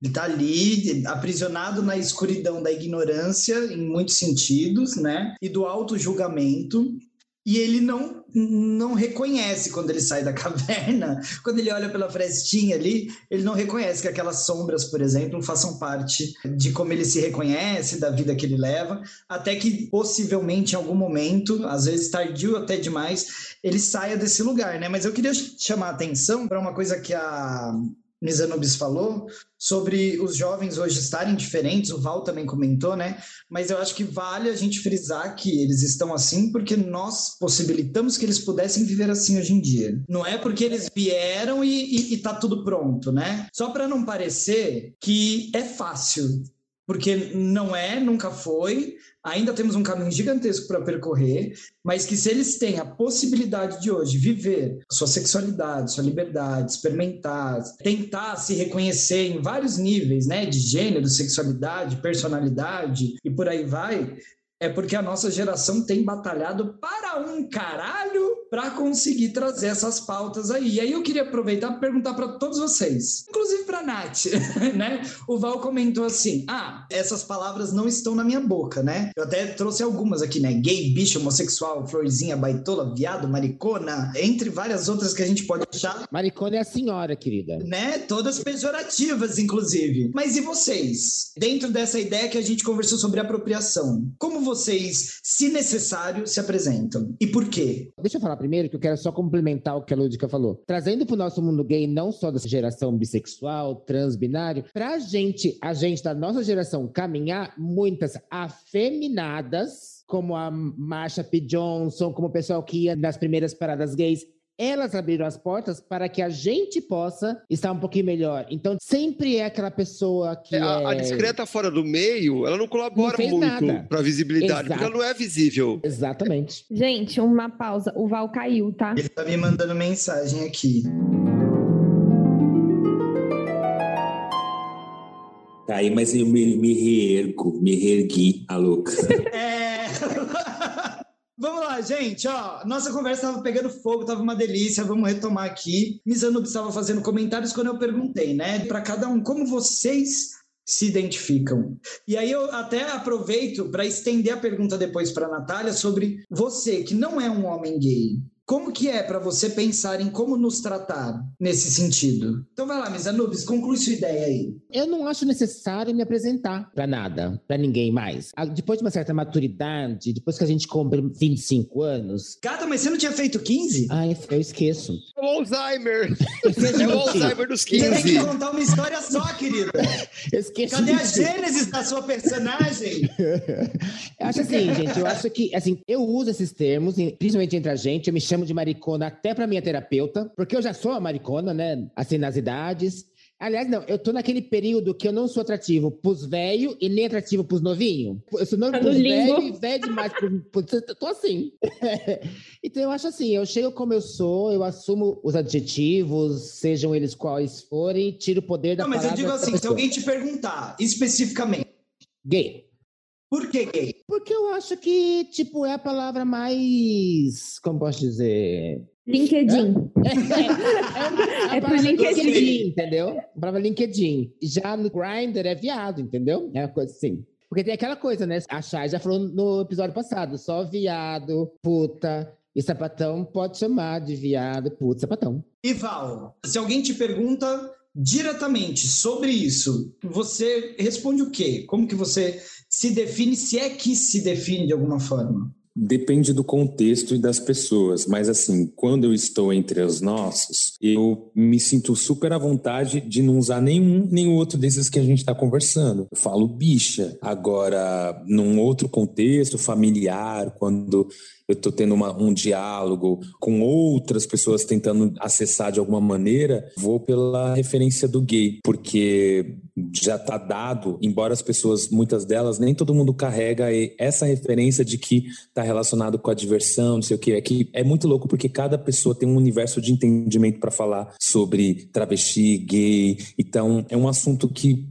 Ele tá ali, aprisionado na escuridão da ignorância, em muitos sentidos, né? E do auto-julgamento. E ele não, não reconhece quando ele sai da caverna, quando ele olha pela frestinha ali, ele não reconhece que aquelas sombras, por exemplo, façam parte de como ele se reconhece, da vida que ele leva, até que possivelmente em algum momento, às vezes tardio até demais, ele saia desse lugar, né? Mas eu queria chamar a atenção para uma coisa que a Mizanubis falou sobre os jovens hoje estarem diferentes, o Val também comentou, né? Mas eu acho que vale a gente frisar que eles estão assim porque nós possibilitamos que eles pudessem viver assim hoje em dia. Não é porque eles vieram e, e, e tá tudo pronto, né? Só para não parecer que é fácil, porque não é, nunca foi, ainda temos um caminho gigantesco para percorrer, mas que se eles têm a possibilidade de hoje viver sua sexualidade, sua liberdade, experimentar, tentar se reconhecer em vários níveis, né, de gênero, sexualidade, personalidade e por aí vai, é porque a nossa geração tem batalhado para um caralho para conseguir trazer essas pautas aí. E aí eu queria aproveitar e perguntar para todos vocês, inclusive para a Nath, né? O Val comentou assim, ah, essas palavras não estão na minha boca, né? Eu até trouxe algumas aqui, né? Gay, bicho, homossexual, florzinha, baitola, viado, maricona, entre várias outras que a gente pode achar. Maricona é a senhora, querida. Né? Todas pejorativas, inclusive. Mas e vocês? Dentro dessa ideia que a gente conversou sobre apropriação, como vocês, se necessário, se apresentam? E por quê? Deixa eu falar primeiro que eu quero só complementar o que a Lúdica falou. Trazendo para o nosso mundo gay, não só dessa geração bissexual, transbinário, pra gente, a gente da nossa geração caminhar, muitas afeminadas, como a Marsha P. Johnson, como o pessoal que ia nas primeiras paradas gays, elas abriram as portas para que a gente possa estar um pouquinho melhor. Então, sempre é aquela pessoa que é... é... A, a discreta fora do meio, ela não colabora não muito para a visibilidade, Exato. Porque ela não é visível. Exatamente. Gente, uma pausa. O Val caiu, tá? Ele tá me mandando mensagem aqui. Caí, mas eu me, me reergo, me reergui, a louca. É... Vamos lá, gente, ó, nossa conversa estava pegando fogo, estava uma delícia, vamos retomar aqui. Mizanubis estava fazendo comentários quando eu perguntei, né, para cada um, como vocês se identificam. E aí eu até aproveito para estender a pergunta depois para a Natália sobre você, que não é um homem gay. Como que é para você pensar em como nos tratar nesse sentido? Então vai lá, Mizanubis, conclui sua ideia aí. Eu não acho necessário me apresentar para nada, para ninguém mais. Depois de uma certa maturidade, depois que a gente compra vinte e cinco anos... Gata, mas você não tinha feito quinze? Ai, eu esqueço. É o Alzheimer. É o Alzheimer dos quinze. Você tem que contar uma história só, querida. Esqueci. Cadê a gênese da sua personagem? Eu acho assim, gente, eu acho que, assim, eu uso esses termos, principalmente entre a gente, eu me chamo de maricona até pra minha terapeuta, porque eu já sou uma maricona, né, assim, nas idades. Aliás, não, eu tô naquele período que eu não sou atrativo pros velhos e nem atrativo pros novinhos. Eu sou novo pros velhos e velho demais pros... pros... Tô assim. Então, eu acho assim, eu chego como eu sou, eu assumo os adjetivos, sejam eles quais forem, tiro o poder da palavra. Não, mas eu digo assim, se alguém te perguntar especificamente... Gay. Por que gay? Porque eu acho que, tipo, é a palavra mais... Como posso dizer? LinkedIn. É, é, é, é, é por LinkedIn. LinkedIn, entendeu? A palavra LinkedIn. Já no Grindr é viado, entendeu? É uma coisa assim. Porque tem aquela coisa, né? A Chay já falou no episódio passado. Só viado, puta e sapatão pode chamar de viado, puta, sapatão. E Val, se alguém te pergunta... diretamente sobre isso, você responde o quê? Como que você se define, se é que se define de alguma forma? Depende do contexto e das pessoas, mas assim, quando eu estou entre os nossos, eu me sinto super à vontade de não usar nenhum nem outro desses que a gente está conversando. Eu falo bicha. Agora, num outro contexto familiar, quando eu estou tendo uma, um diálogo com outras pessoas tentando acessar de alguma maneira, vou pela referência do gay, porque já está dado, embora as pessoas, muitas delas, nem todo mundo carrega essa referência de que está relacionado com a diversão, não sei o que. É que é muito louco porque cada pessoa tem um universo de entendimento para falar sobre travesti, gay. Então, é um assunto que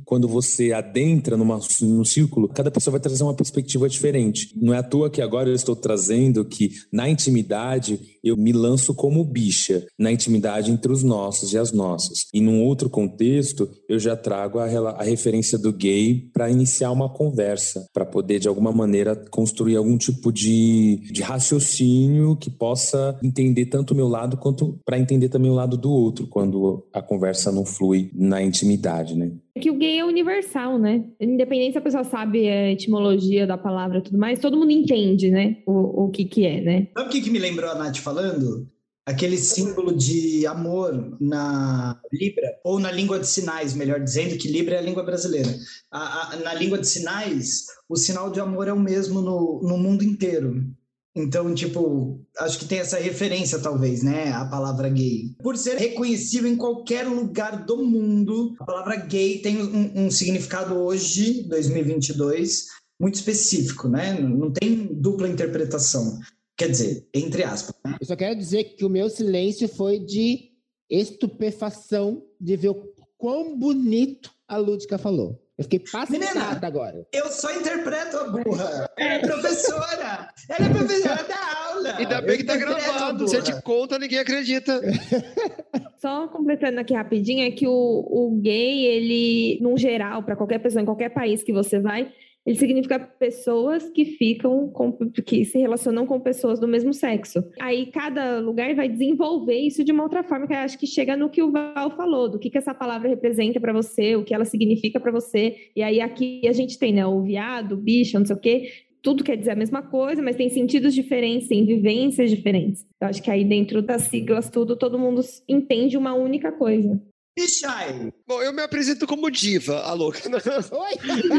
quando você adentra numa, num círculo, cada pessoa vai trazer uma perspectiva diferente. Não é à toa que agora eu estou trazendo que na intimidade eu me lanço como bicha, na intimidade entre os nossos e as nossas. E num outro contexto, eu já trago a, a referência do gay para iniciar uma conversa, para poder, de alguma maneira, construir algum tipo de, de raciocínio que possa entender tanto o meu lado quanto para entender também o lado do outro, quando a conversa não flui na intimidade, né? É que o gay é universal, né? Independente se a pessoa sabe a etimologia da palavra e tudo mais, todo mundo entende, né? O, o que que é, né? Sabe o que, que me lembrou a Nath falando? Aquele símbolo de amor na Libra, ou na língua de sinais, melhor dizendo, que Libra é a língua brasileira. A, a, na língua de sinais, o sinal de amor é o mesmo no, no mundo inteiro. Então, tipo, acho que tem essa referência, talvez, né? A palavra gay. Por ser reconhecível em qualquer lugar do mundo, a palavra gay tem um, um significado hoje, dois mil e vinte e dois, muito específico, né? Não tem dupla interpretação. Quer dizer, entre aspas. Né? Eu só quero dizer que o meu silêncio foi de estupefação de ver o quão bonito a Lúdica falou. Eu fiquei passada agora. Eu só interpreto a burra. Ela é professora. Ela é professora da aula. Ainda bem que tá gravado. Você te conta, ninguém acredita. Só completando aqui rapidinho, é que o, o gay, ele, no geral, para qualquer pessoa, em qualquer país que você vai, ele significa pessoas que ficam, com, que se relacionam com pessoas do mesmo sexo. Aí cada lugar vai desenvolver isso de uma outra forma, que eu acho que chega no que o Val falou, do que, que essa palavra representa para você, o que ela significa para você. E aí aqui a gente tem, né, o viado, o bicho, não sei o quê. Tudo quer dizer a mesma coisa, mas tem sentidos diferentes, tem vivências diferentes. Eu acho que aí dentro das siglas tudo, todo mundo entende uma única coisa. E Chay? Bom, eu me apresento como diva, a louca. Oi!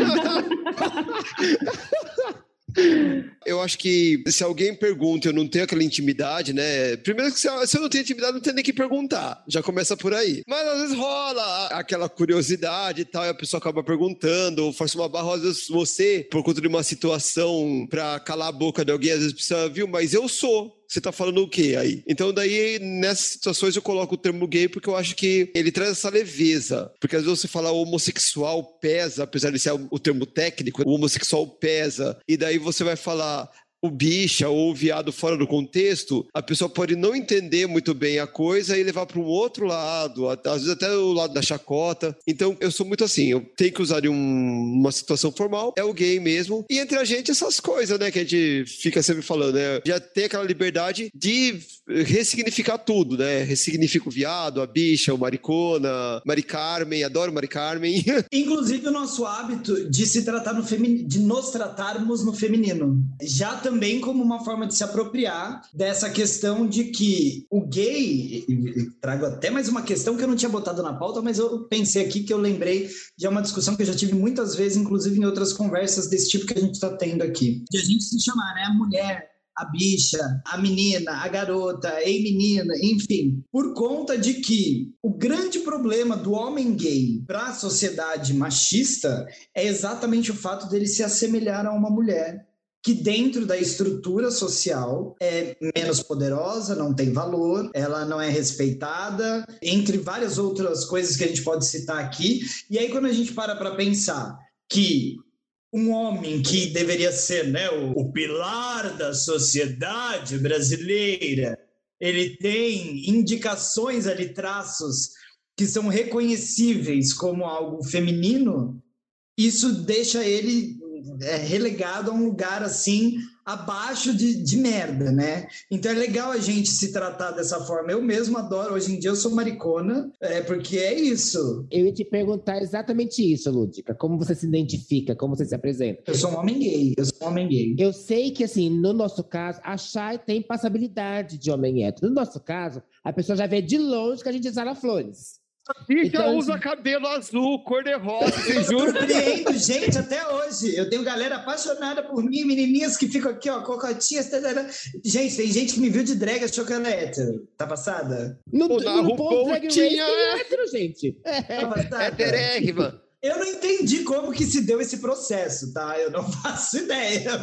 Eu acho que se alguém pergunta e eu não tenho aquela intimidade, né? Primeiro que se eu, se eu não tenho intimidade, não tem nem que perguntar. Já começa por aí. Mas às vezes rola aquela curiosidade e tal, e a pessoa acaba perguntando, ou força uma barra, às vezes você, por conta de uma situação pra calar a boca de alguém, às vezes precisa, viu? Mas eu sou. Você tá falando o quê aí? Então daí, nessas situações, eu coloco o termo gay porque eu acho que ele traz essa leveza. Porque às vezes você fala homossexual pesa, apesar de ser o termo técnico, o homossexual pesa. E daí você vai falar o bicha ou o viado fora do contexto, a pessoa pode não entender muito bem a coisa e levar para um outro lado, às vezes até o lado da chacota. Então, eu sou muito assim, eu tenho que usar de um, uma situação formal, é o gay mesmo. E entre a gente, essas coisas, né, que a gente fica sempre falando, né? Já tem aquela liberdade de ressignificar tudo, né? Ressignifica o viado, a bicha, o maricona, Mari Carmen, adoro Mari Carmen. Inclusive o nosso hábito de se tratar no feminino, de nos tratarmos no feminino. Já também como uma forma de se apropriar dessa questão de que o gay, trago até mais uma questão que eu não tinha botado na pauta, mas eu pensei aqui que eu lembrei de uma discussão que eu já tive muitas vezes, inclusive em outras conversas desse tipo que a gente está tendo aqui. De a gente se chamar, né, a mulher, a bicha, a menina, a garota, ei menina, enfim. Por conta de que o grande problema do homem gay para a sociedade machista é exatamente o fato dele se assemelhar a uma mulher que dentro da estrutura social é menos poderosa, não tem valor, ela não é respeitada, entre várias outras coisas que a gente pode citar aqui. E aí quando a gente para para pensar que um homem que deveria ser, né, o, o pilar da sociedade brasileira, ele tem indicações ali, traços que são reconhecíveis como algo feminino, isso deixa ele é, relegado a um lugar assim abaixo de, de merda, né? Então é legal a gente se tratar dessa forma. Eu mesmo adoro, hoje em dia eu sou maricona, é, porque é isso. Eu ia te perguntar exatamente isso, Lúdica. Como você se identifica, como você se apresenta? Eu sou um homem gay, eu sou um homem gay. Eu sei que, assim, no nosso caso, a Chay tem passabilidade de homem hétero. No nosso caso, a pessoa já vê de longe que a gente exala flores. A bicha então, usa cabelo azul, cor de rosa, vocês Eu juram? surpreendo gente até hoje. Eu tenho galera apaixonada por mim, menininhas que ficam aqui, ó, cocotinhas. Tarará. Gente, tem gente que me viu de drag achou que ela é hétero. Tá passada? No, Pô, no, na no ponto Drag Race tinha- tem hétero, gente. Tá passada? É terégima. Eu não entendi como que se deu esse processo, tá? Eu não faço ideia,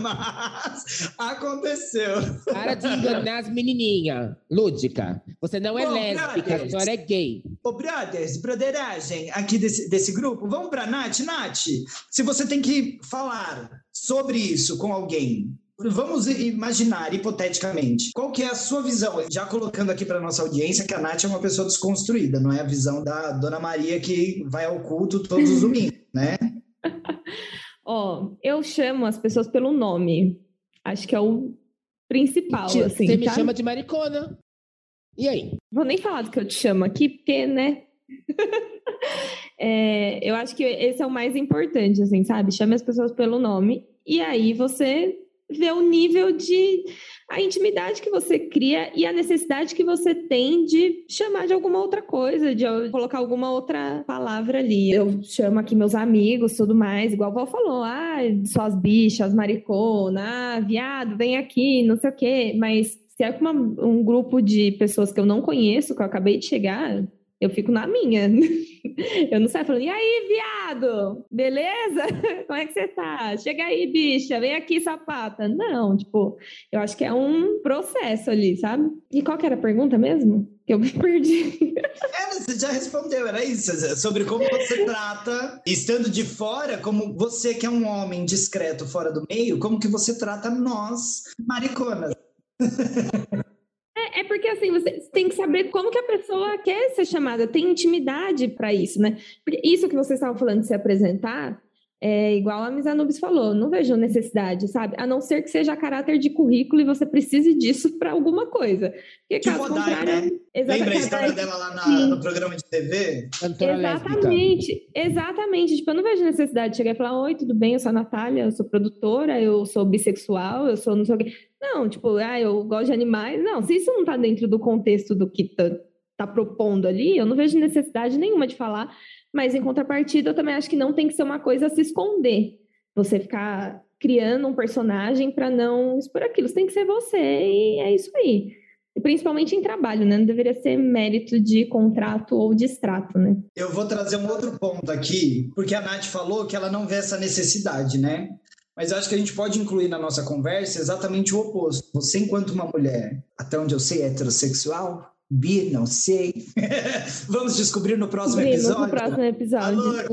mas aconteceu. Para de enganar as menininhas. Lúdica, você não é Bom, lésbica, cara, a senhora é gay. Ô, brothers, broderagem aqui desse, desse grupo, vamos pra Nath. Nath, se você tem que falar sobre isso com alguém, vamos imaginar, hipoteticamente, qual que é a sua visão? Já colocando aqui para nossa audiência que a Nath é uma pessoa desconstruída, não é a visão da Dona Maria que vai ao culto todos os domingos, né? Ó, oh, eu chamo as pessoas pelo nome. Acho que é o principal, Mentira, assim. Você me tá? chama de maricona. E aí? Vou nem falar do que eu te chamo aqui, porque, né? é, eu acho que esse é o mais importante, assim, sabe? Chame as pessoas pelo nome. E aí você vê o nível de... a intimidade que você cria e a necessidade que você tem de chamar de alguma outra coisa, de colocar alguma outra palavra ali. Eu chamo aqui meus amigos, tudo mais, igual a Val falou, ah, suas bichas, maricona, ah, viado, vem aqui, não sei o quê. Mas se é uma, um grupo de pessoas que eu não conheço, que eu acabei de chegar, eu fico na minha. Eu não saio falando, e aí, viado? Beleza? Como é que você tá? Chega aí, bicha, vem aqui, sapata. Não, tipo, eu acho que é um processo ali, sabe? E qual que era a pergunta mesmo? Que eu me perdi. É, você já respondeu, era isso, sobre como você trata, estando de fora, como você que é um homem discreto fora do meio, como que você trata nós, mariconas. É porque, assim, você tem que saber como que a pessoa quer ser chamada, tem intimidade para isso, né? Porque isso que vocês estavam falando de se apresentar, é igual a Miss Anubis falou, não vejo necessidade, sabe? A não ser que seja caráter de currículo e você precise disso para alguma coisa. Porque, tipo caso a Dai, contrário... né? Lembra a história dela lá na, no programa de T V? Exatamente, lésbica. Exatamente. Tipo, eu não vejo necessidade de chegar e falar, oi, tudo bem, eu sou a Natália, eu sou produtora, eu sou bissexual, eu sou não sei o quê. Não, tipo, ah, eu gosto de animais. Não, se isso não tá dentro do contexto do que tá, tá propondo ali, eu não vejo necessidade nenhuma de falar. Mas, em contrapartida, eu também acho que não tem que ser uma coisa a se esconder. Você ficar criando um personagem para não expor aquilo. Você tem que ser você e é isso aí. E principalmente em trabalho, né? Não deveria ser mérito de contrato ou de extrato, né? Eu vou trazer um outro ponto aqui, porque a Nath falou que ela não vê essa necessidade, né? Mas eu acho que a gente pode incluir na nossa conversa exatamente o oposto. Você, enquanto uma mulher, até onde eu sei, heterossexual, bi, não sei. Vamos descobrir no próximo Vimos episódio. no próximo episódio. Louca,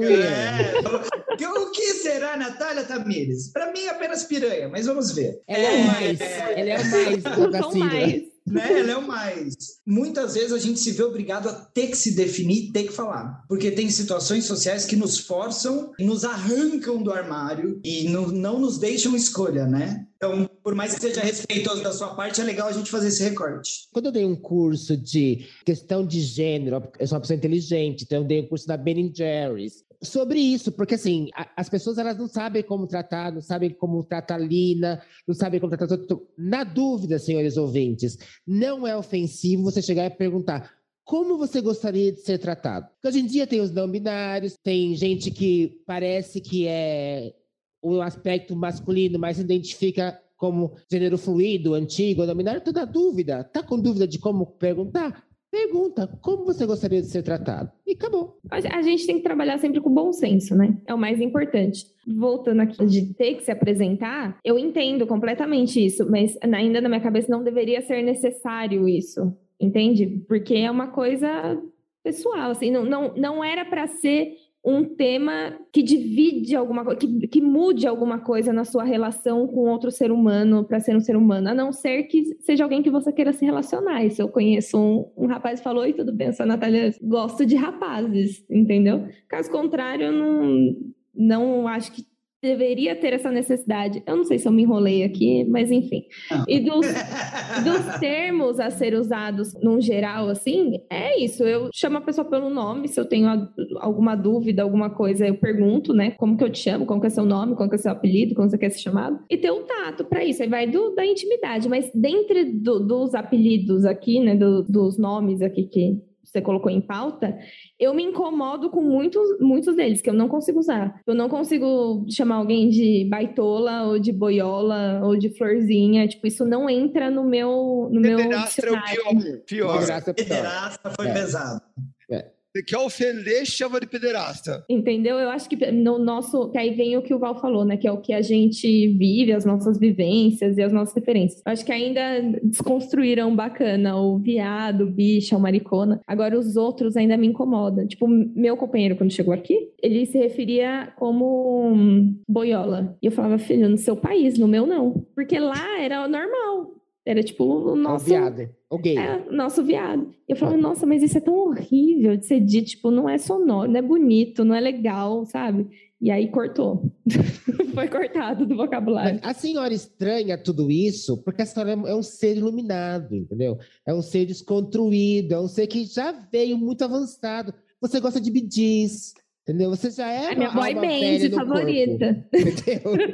é. O que será Natália Tamires? Para mim, apenas piranha, mas vamos ver. Ela é o mais. É... Ela é o mais da São mais. Né? Ela é o mais. Muitas vezes a gente se vê obrigado a ter que se definir, ter que falar. Porque tem situações sociais que nos forçam, nos arrancam do armário e não, não nos deixam escolha, né? Então, por mais que seja respeitoso da sua parte, é legal a gente fazer esse recorte. Quando eu dei um curso de questão de gênero, eu sou uma pessoa inteligente, então eu dei um curso da Ben and Jerry's sobre isso, porque assim, a, as pessoas elas não sabem como tratar, não sabem como tratar a Lina, não sabem como tratar... Na dúvida, senhores ouvintes, não é ofensivo você chegar e perguntar como você gostaria de ser tratado. Porque hoje em dia tem os não binários, tem gente que parece que é o aspecto masculino, mas se identifica como gênero fluido, antigo, não binário. Tô na dúvida, tá com dúvida de como perguntar? Pergunta, como você gostaria de ser tratado? E acabou. A gente tem que trabalhar sempre com bom senso, né? É o mais importante. Voltando aqui de ter que se apresentar, eu entendo completamente isso, mas ainda na minha cabeça não deveria ser necessário isso, entende? Porque é uma coisa pessoal, assim, não, não, não era para ser um tema que divide alguma coisa, que, que mude alguma coisa na sua relação com outro ser humano para ser um ser humano, a não ser que seja alguém que você queira se relacionar. E se eu conheço um, um rapaz que falou, oi, tudo bem, eu sou a Natália, gosto de rapazes, entendeu? Caso contrário, eu não, não acho que deveria ter essa necessidade. Eu não sei se eu me enrolei aqui, mas enfim. E dos, dos termos a ser usados num geral, assim, é isso. Eu chamo a pessoa pelo nome, se eu tenho alguma dúvida, alguma coisa, eu pergunto, né? Como que eu te chamo, como que é seu nome, como que é seu apelido, como você quer ser chamado. E ter o tato para isso. Aí vai do, da intimidade. Mas dentre do, dos apelidos aqui, né? Do, dos nomes aqui que você colocou em pauta, eu me incomodo com muitos, muitos deles, que eu não consigo usar. Eu não consigo chamar alguém de baitola, ou de boiola, ou de florzinha. Tipo, isso não entra no meu, no meu dicionário. É o pior. pior. Pederasta foi é. pesado. É. Você quer ofender, chama de pederasta. Entendeu? Eu acho que no nosso... Que aí vem o que o Val falou, né? Que é o que a gente vive, as nossas vivências e as nossas referências. Eu acho que ainda desconstruíram bacana o viado, o bicha, o maricona. Agora os outros ainda me incomodam. Tipo, meu companheiro, quando chegou aqui, ele se referia como boiola. E eu falava, filho, no seu país, no meu não. Porque lá era normal. Era tipo o nosso... O viado, o gay. É, nosso viado. E eu falava, nossa, mas isso é tão horrível de ser dito, tipo, não é sonoro, não é bonito, não é legal, sabe? E aí cortou. Foi cortado do vocabulário. Mas a senhora estranha tudo isso porque a senhora é um ser iluminado, entendeu? É um ser desconstruído, é um ser que já veio muito avançado. Você gosta de Bee Gees, entendeu? Você já é, É uma minha boy alma band velha no favorita. corpo, entendeu?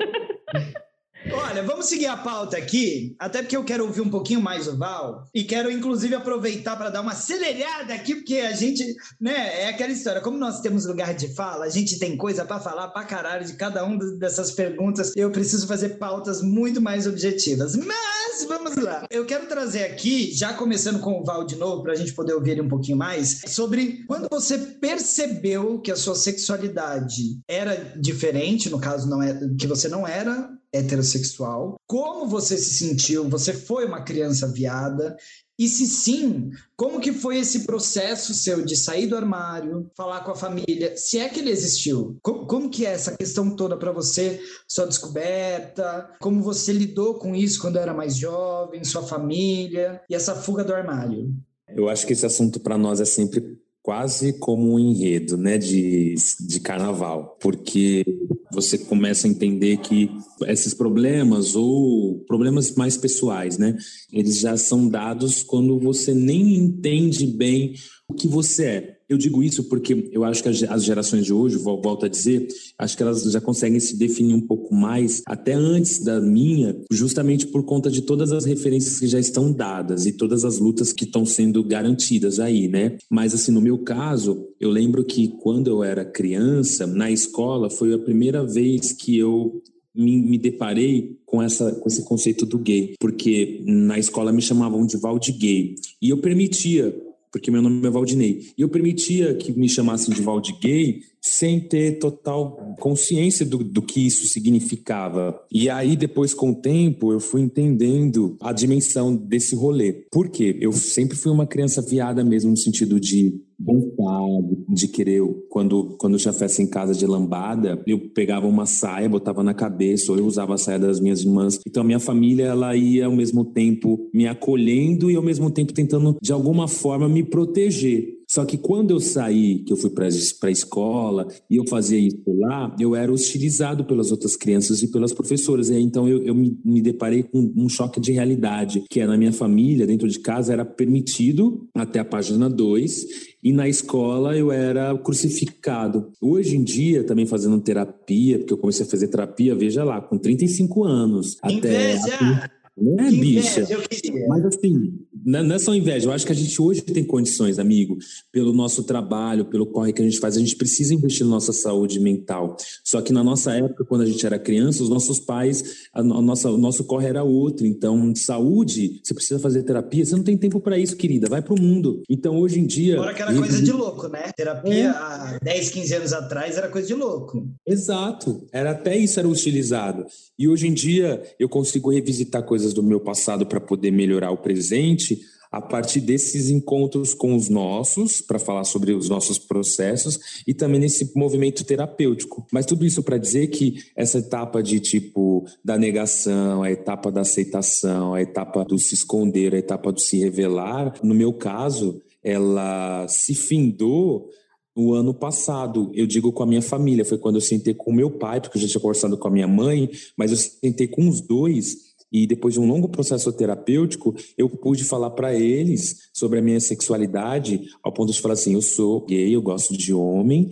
Olha, vamos seguir a pauta aqui, até porque eu quero ouvir um pouquinho mais o Val e quero, inclusive, aproveitar para dar uma acelerada aqui, porque a gente, né, é aquela história, como nós temos lugar de fala, a gente tem coisa para falar pra caralho de cada uma dessas perguntas, eu preciso fazer pautas muito mais objetivas, mas vamos lá. Eu quero trazer aqui, já começando com o Val de novo, para a gente poder ouvir ele um pouquinho mais, sobre quando você percebeu que a sua sexualidade era diferente, no caso, não é, que você não era heterossexual, como você se sentiu, você foi uma criança viada, e se sim, como que foi esse processo seu de sair do armário, falar com a família, se é que ele existiu, como, como que é essa questão toda para você, sua descoberta, como você lidou com isso quando era mais jovem, sua família, e essa fuga do armário? Eu acho que esse assunto para nós é sempre quase como um enredo, né, de, de carnaval, porque você começa a entender que esses problemas ou problemas mais pessoais, né, eles já são dados quando você nem entende bem o que você é. Eu digo isso porque eu acho que as gerações de hoje, volto a dizer, acho que elas já conseguem se definir um pouco mais, até antes da minha, justamente por conta de todas as referências que já estão dadas e todas as lutas que estão sendo garantidas aí, né? Mas assim, no meu caso, eu lembro que quando eu era criança, na escola, foi a primeira vez que eu me, me deparei com, essa, com esse conceito do gay, porque na escola me chamavam de Val de gay, e eu permitia, porque meu nome é Valdinei, e eu permitia que me chamassem de Val de gay sem ter total consciência do, do que isso significava. E aí, depois, com o tempo, eu fui entendendo a dimensão desse rolê. Por quê? Eu sempre fui uma criança viada mesmo, no sentido de vontade, de querer, quando, quando eu tinha festa em casa de lambada, eu pegava uma saia, botava na cabeça, ou eu usava a saia das minhas irmãs. Então, a minha família, ela ia, ao mesmo tempo, me acolhendo e, ao mesmo tempo, tentando, de alguma forma, me proteger. Só que quando eu saí, que eu fui para a escola e eu fazia isso lá, eu era hostilizado pelas outras crianças e pelas professoras. E aí, então eu, eu me, me deparei com um choque de realidade, que é na minha família, dentro de casa, era permitido até a página dois, e na escola eu era crucificado. Hoje em dia, também fazendo terapia, porque eu comecei a fazer terapia, veja lá, com trinta e cinco anos. Inveja! Até... Não é, bicha? Inveja, eu queria. Mas assim, não é só inveja. Eu acho que a gente hoje tem condições, amigo, pelo nosso trabalho, pelo corre que a gente faz, a gente precisa investir na nossa saúde mental. Só que na nossa época, quando a gente era criança, os nossos pais, a nossa, o nosso corre era outro. Então, saúde, você precisa fazer terapia, você não tem tempo para isso, querida, vai pro mundo. Então, hoje em dia... Agora que era eu... coisa de louco, né? Terapia é. há dez, quinze anos atrás era coisa de louco. Exato, era até isso era utilizado. E hoje em dia eu consigo revisitar coisas do meu passado para poder melhorar o presente a partir desses encontros com os nossos, para falar sobre os nossos processos e também nesse movimento terapêutico. Mas tudo isso para dizer que essa etapa de tipo da negação, a etapa da aceitação, a etapa do se esconder, a etapa do se revelar, no meu caso, ela se findou o ano passado, eu digo com a minha família, foi quando eu sentei com o meu pai, porque eu já tinha conversado com a minha mãe, mas eu sentei com os dois e depois de um longo processo terapêutico, eu pude falar para eles sobre a minha sexualidade, ao ponto de falar assim, eu sou gay, eu gosto de homem,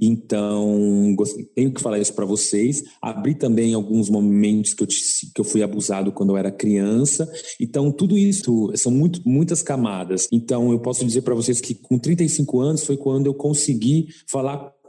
então tenho que falar isso para vocês. Abri também alguns momentos que eu, que eu fui abusado quando eu era criança, então tudo isso são muito, muitas camadas. Então eu posso dizer para vocês que com trinta e cinco anos foi quando eu consegui falar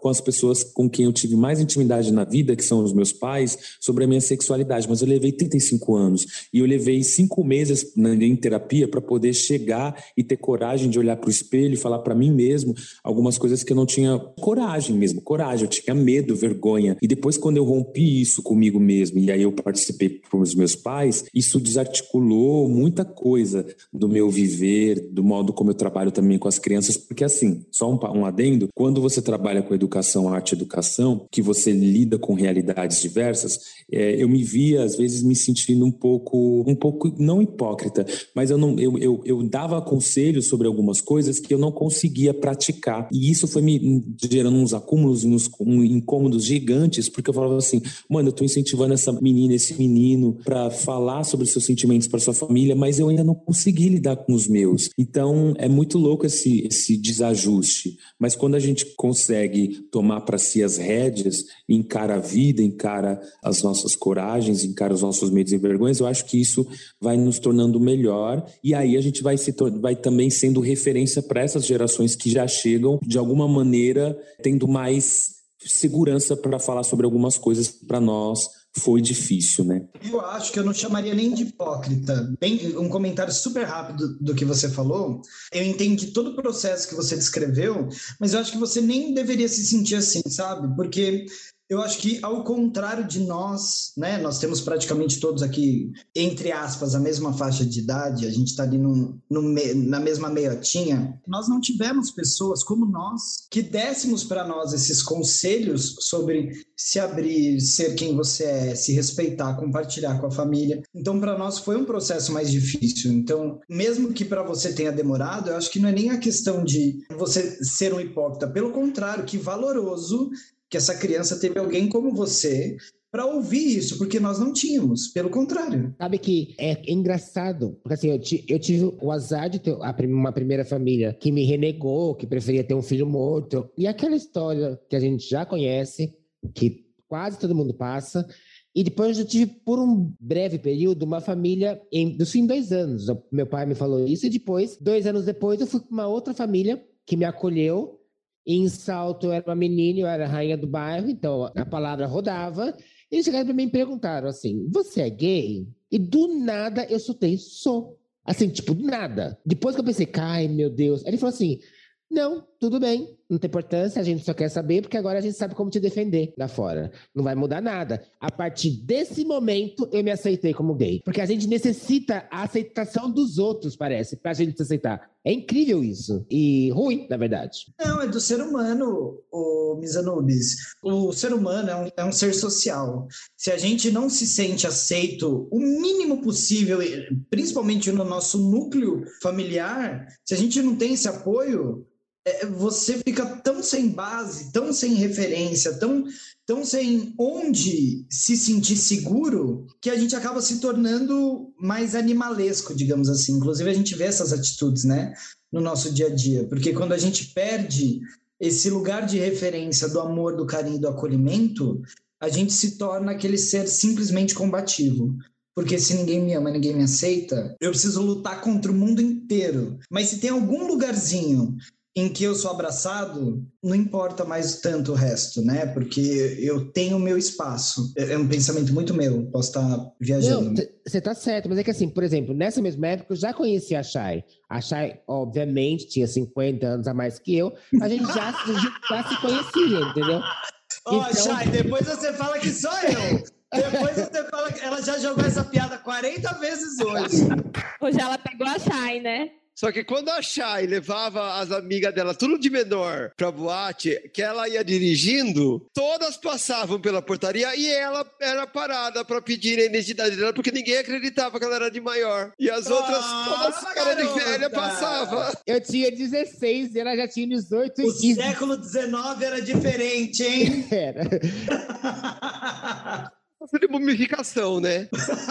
com as pessoas com quem eu tive mais intimidade na vida, que são os meus pais, sobre a minha sexualidade. Mas eu levei trinta e cinco anos e eu levei cinco meses em terapia para poder chegar e ter coragem de olhar para o espelho e falar para mim mesmo algumas coisas que eu não tinha coragem mesmo, coragem, eu tinha medo, vergonha. E depois, quando eu rompi isso comigo mesmo, e aí eu participei com os meus pais, isso desarticulou muita coisa do meu viver, do modo como eu trabalho também com as crianças, porque assim, só um, um adendo, quando você trabalha com educação, arte e educação, que você lida com realidades diversas, é, eu me via, às vezes, me sentindo um pouco, um pouco, não hipócrita, mas eu, não, eu, eu, eu dava conselhos sobre algumas coisas que eu não conseguia praticar, e isso foi me gerando uns acúmulos, uns um, incômodos gigantes, porque eu falava assim, mano, eu tô incentivando essa menina, esse menino para falar sobre os seus sentimentos para sua família, mas eu ainda não consegui lidar com os meus. Então, é muito louco esse, esse desajuste, mas quando a gente consegue tomar para si as rédeas, encara a vida, encara as nossas coragens, encara os nossos medos e vergonhas, eu acho que isso vai nos tornando melhor, e aí a gente vai, se vai também sendo referência para essas gerações que já chegam, de alguma maneira, tendo mais segurança para falar sobre algumas coisas que para nós foi difícil, né? Eu acho que eu não chamaria nem de hipócrita. Bem, um comentário super rápido do que você falou. Eu entendi todo o processo que você descreveu, mas eu acho que você nem deveria se sentir assim, sabe? Porque eu acho que, ao contrário de nós, né, nós temos praticamente todos aqui, entre aspas, a mesma faixa de idade, a gente está ali num, num, na mesma meiotinha, nós não tivemos pessoas como nós que dessemos para nós esses conselhos sobre se abrir, ser quem você é, se respeitar, compartilhar com a família. Então, para nós foi um processo mais difícil. Então, mesmo que para você tenha demorado, eu acho que não é nem a questão de você ser um hipócrita, pelo contrário, que valoroso que essa criança teve alguém como você para ouvir isso, porque nós não tínhamos, pelo contrário. Sabe que é engraçado, porque assim, eu, ti, eu tive o azar de ter uma primeira família que me renegou, que preferia ter um filho morto, e aquela história que a gente já conhece, que quase todo mundo passa, e depois eu tive, por um breve período, uma família, em, dos fim dois anos, meu pai me falou isso, e depois, dois anos depois, eu fui para uma outra família que me acolheu. Em Salto, eu era uma menina, eu era a rainha do bairro, então a palavra rodava. E eles chegaram para mim e me perguntaram assim, você é gay? E do nada eu soltei, sou. Assim, tipo, do nada. Depois que eu pensei, ai meu Deus. Aí ele falou assim, não, tudo bem, não tem importância, a gente só quer saber, porque agora a gente sabe como te defender lá fora. Não vai mudar nada. A partir desse momento, eu me aceitei como gay. Porque a gente necessita a aceitação dos outros, parece, pra gente se aceitar. É incrível isso. E ruim, na verdade. Não, é do ser humano, o Mizanubis. O ser humano é um, é um ser social. Se a gente não se sente aceito o mínimo possível, principalmente no nosso núcleo familiar, se a gente não tem esse apoio, é, você fica tão sem base, tão sem referência, tão, tão sem onde se sentir seguro, que a gente acaba se tornando mais animalesco, digamos assim. Inclusive, a gente vê essas atitudes, né, no nosso dia a dia. Porque quando a gente perde esse lugar de referência do amor, do carinho, do acolhimento, a gente se torna aquele ser simplesmente combativo. Porque se ninguém me ama, ninguém me aceita, eu preciso lutar contra o mundo inteiro. Mas se tem algum lugarzinho em que eu sou abraçado, não importa mais tanto o resto, né? Porque eu tenho o meu espaço. É um pensamento muito meu, posso estar viajando. Você tá certo, mas é que assim, por exemplo, nessa mesma época eu já conheci a Chay. A Chay, obviamente, tinha cinquenta anos a mais que eu, a gente já, já se conhecia, entendeu? Ó, oh, então... Chay, depois você fala que sou eu. Depois você fala que ela já jogou essa piada quarenta vezes hoje. Hoje ela pegou a Chay, né? Só que quando a Chay levava as amigas dela, tudo de menor, pra boate, que ela ia dirigindo, todas passavam pela portaria e ela era parada pra pedir a identidade dela, porque ninguém acreditava que ela era de maior. E as outras, oh, todas as caras de velha passavam. Eu tinha dezesseis e ela já tinha dezoito. O e... século dezenove era diferente, hein? Era. De mumificação, né?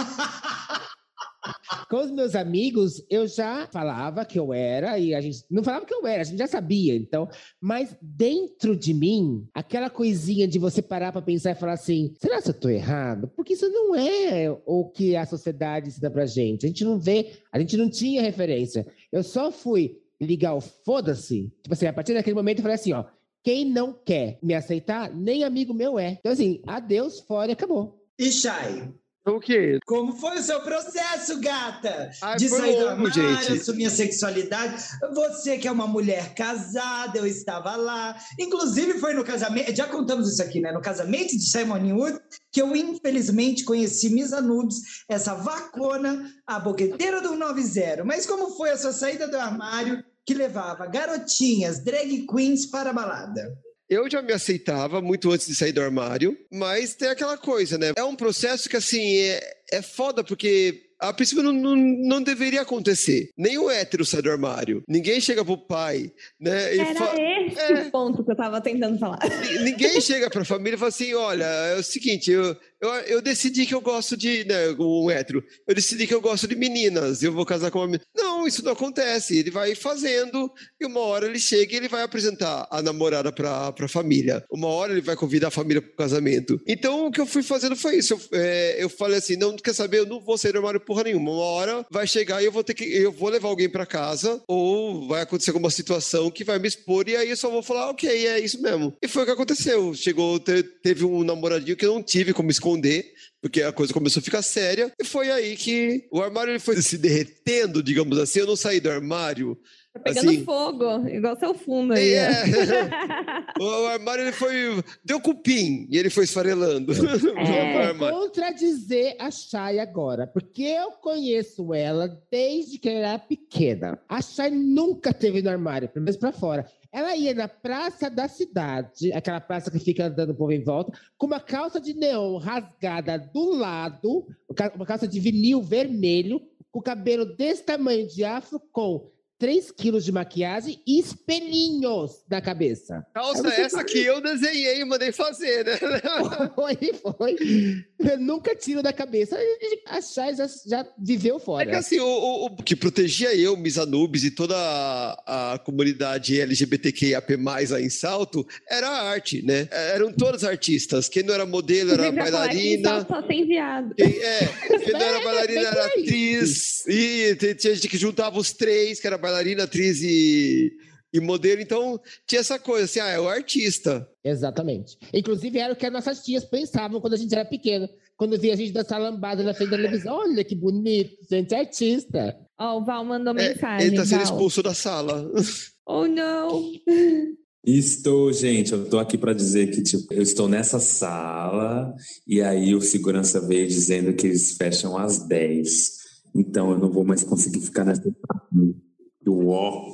Com os meus amigos, eu já falava que eu era, e a gente não falava que eu era, a gente já sabia, então. Mas dentro de mim, aquela coisinha de você parar pra pensar e falar assim, será que eu tô errado? Porque isso não é o que a sociedade ensina pra gente. A gente não vê, a gente não tinha referência. Eu só fui ligar o foda-se, tipo assim, a partir daquele momento eu falei assim, ó, Quem não quer me aceitar, nem amigo meu é. Então, assim, adeus, fora e acabou. E Chay? O quê? Como foi o seu processo, gata? Ai, de foi sair do longo, armário, gente. assumir a sexualidade. Você que é uma mulher casada, eu estava lá. Inclusive, foi no casamento... Já contamos isso aqui, né? No casamento de Simone Wood, que eu, infelizmente, conheci Miss Anubis, essa vacona, a boqueteira do noventa. Mas como foi a sua saída do armário que levava garotinhas, drag queens para a balada? Eu já me aceitava muito antes de sair do armário, mas tem aquela coisa, né? É um processo que, assim, é, é foda porque... A princípio não, não, não deveria acontecer. Nem o hétero sai do armário. Ninguém chega pro pai, né? E Era fa... esse é. o ponto que eu tava tentando falar. Ninguém chega pra família e fala assim, olha, é o seguinte, eu, eu, eu decidi que eu gosto de, né, um hétero, eu decidi que eu gosto de meninas, eu vou casar com uma menina. Não, isso não acontece. Ele vai fazendo e uma hora ele chega e ele vai apresentar a namorada pra, pra família. Uma hora ele vai convidar a família pro casamento. Então, o que eu fui fazendo foi isso. Eu, é, eu falei assim, não, quer saber, eu não vou sair do armário porra nenhuma. Uma hora vai chegar e eu vou ter que, eu vou levar alguém pra casa ou vai acontecer alguma situação que vai me expor e aí eu só vou falar, ok, é isso mesmo. E foi o que aconteceu. Chegou, te, teve um namoradinho que eu não tive como esconder, porque a coisa começou a ficar séria e foi aí que o armário ele foi se derretendo, digamos assim. Eu não saí do armário. Tá pegando assim, fogo, igual seu fundo aí. É, o armário ele foi, deu cupim e ele foi esfarelando. É. Eu vou contradizer a Chay agora, porque eu conheço ela desde que ela era pequena. A Chay nunca teve no armário, pelo menos pra fora. Ela ia na praça da cidade, aquela praça que fica andando o povo em volta, com uma calça de neon rasgada do lado, uma calça de vinil vermelho, com o cabelo desse tamanho de afro, com três quilos de maquiagem e espelhinhos na cabeça. Calça essa faz... que eu desenhei e mandei fazer, né? Foi, foi. Eu nunca tiro da cabeça. A Chay já, já viveu fora. É que assim, o, o, o que protegia eu, Miss Anubis e toda a, a comunidade L G B T Q I A P mais, lá em Salto, era a arte, né? Eram todas artistas. Quem não era modelo era bailarina. Só tem viado. Quem, é, quem não era bailarina era atriz. E tinha gente que juntava os três, que era bailarina. bailarina, atriz e, e modelo, então tinha essa coisa assim, ah, é o artista. Exatamente. Inclusive era o que as nossas tias pensavam quando a gente era pequeno, quando via a gente dançar lambada na frente da televisão. Olha que bonito, gente, é artista. Ó, oh, o Val mandou é, mensagem. Ele tá sendo Val. expulso da sala. Oh, não. Estou, gente, eu tô aqui para dizer que, tipo, eu estou nessa sala e aí o segurança veio dizendo que eles fecham às dez. Então eu não vou mais conseguir ficar nessa do ó.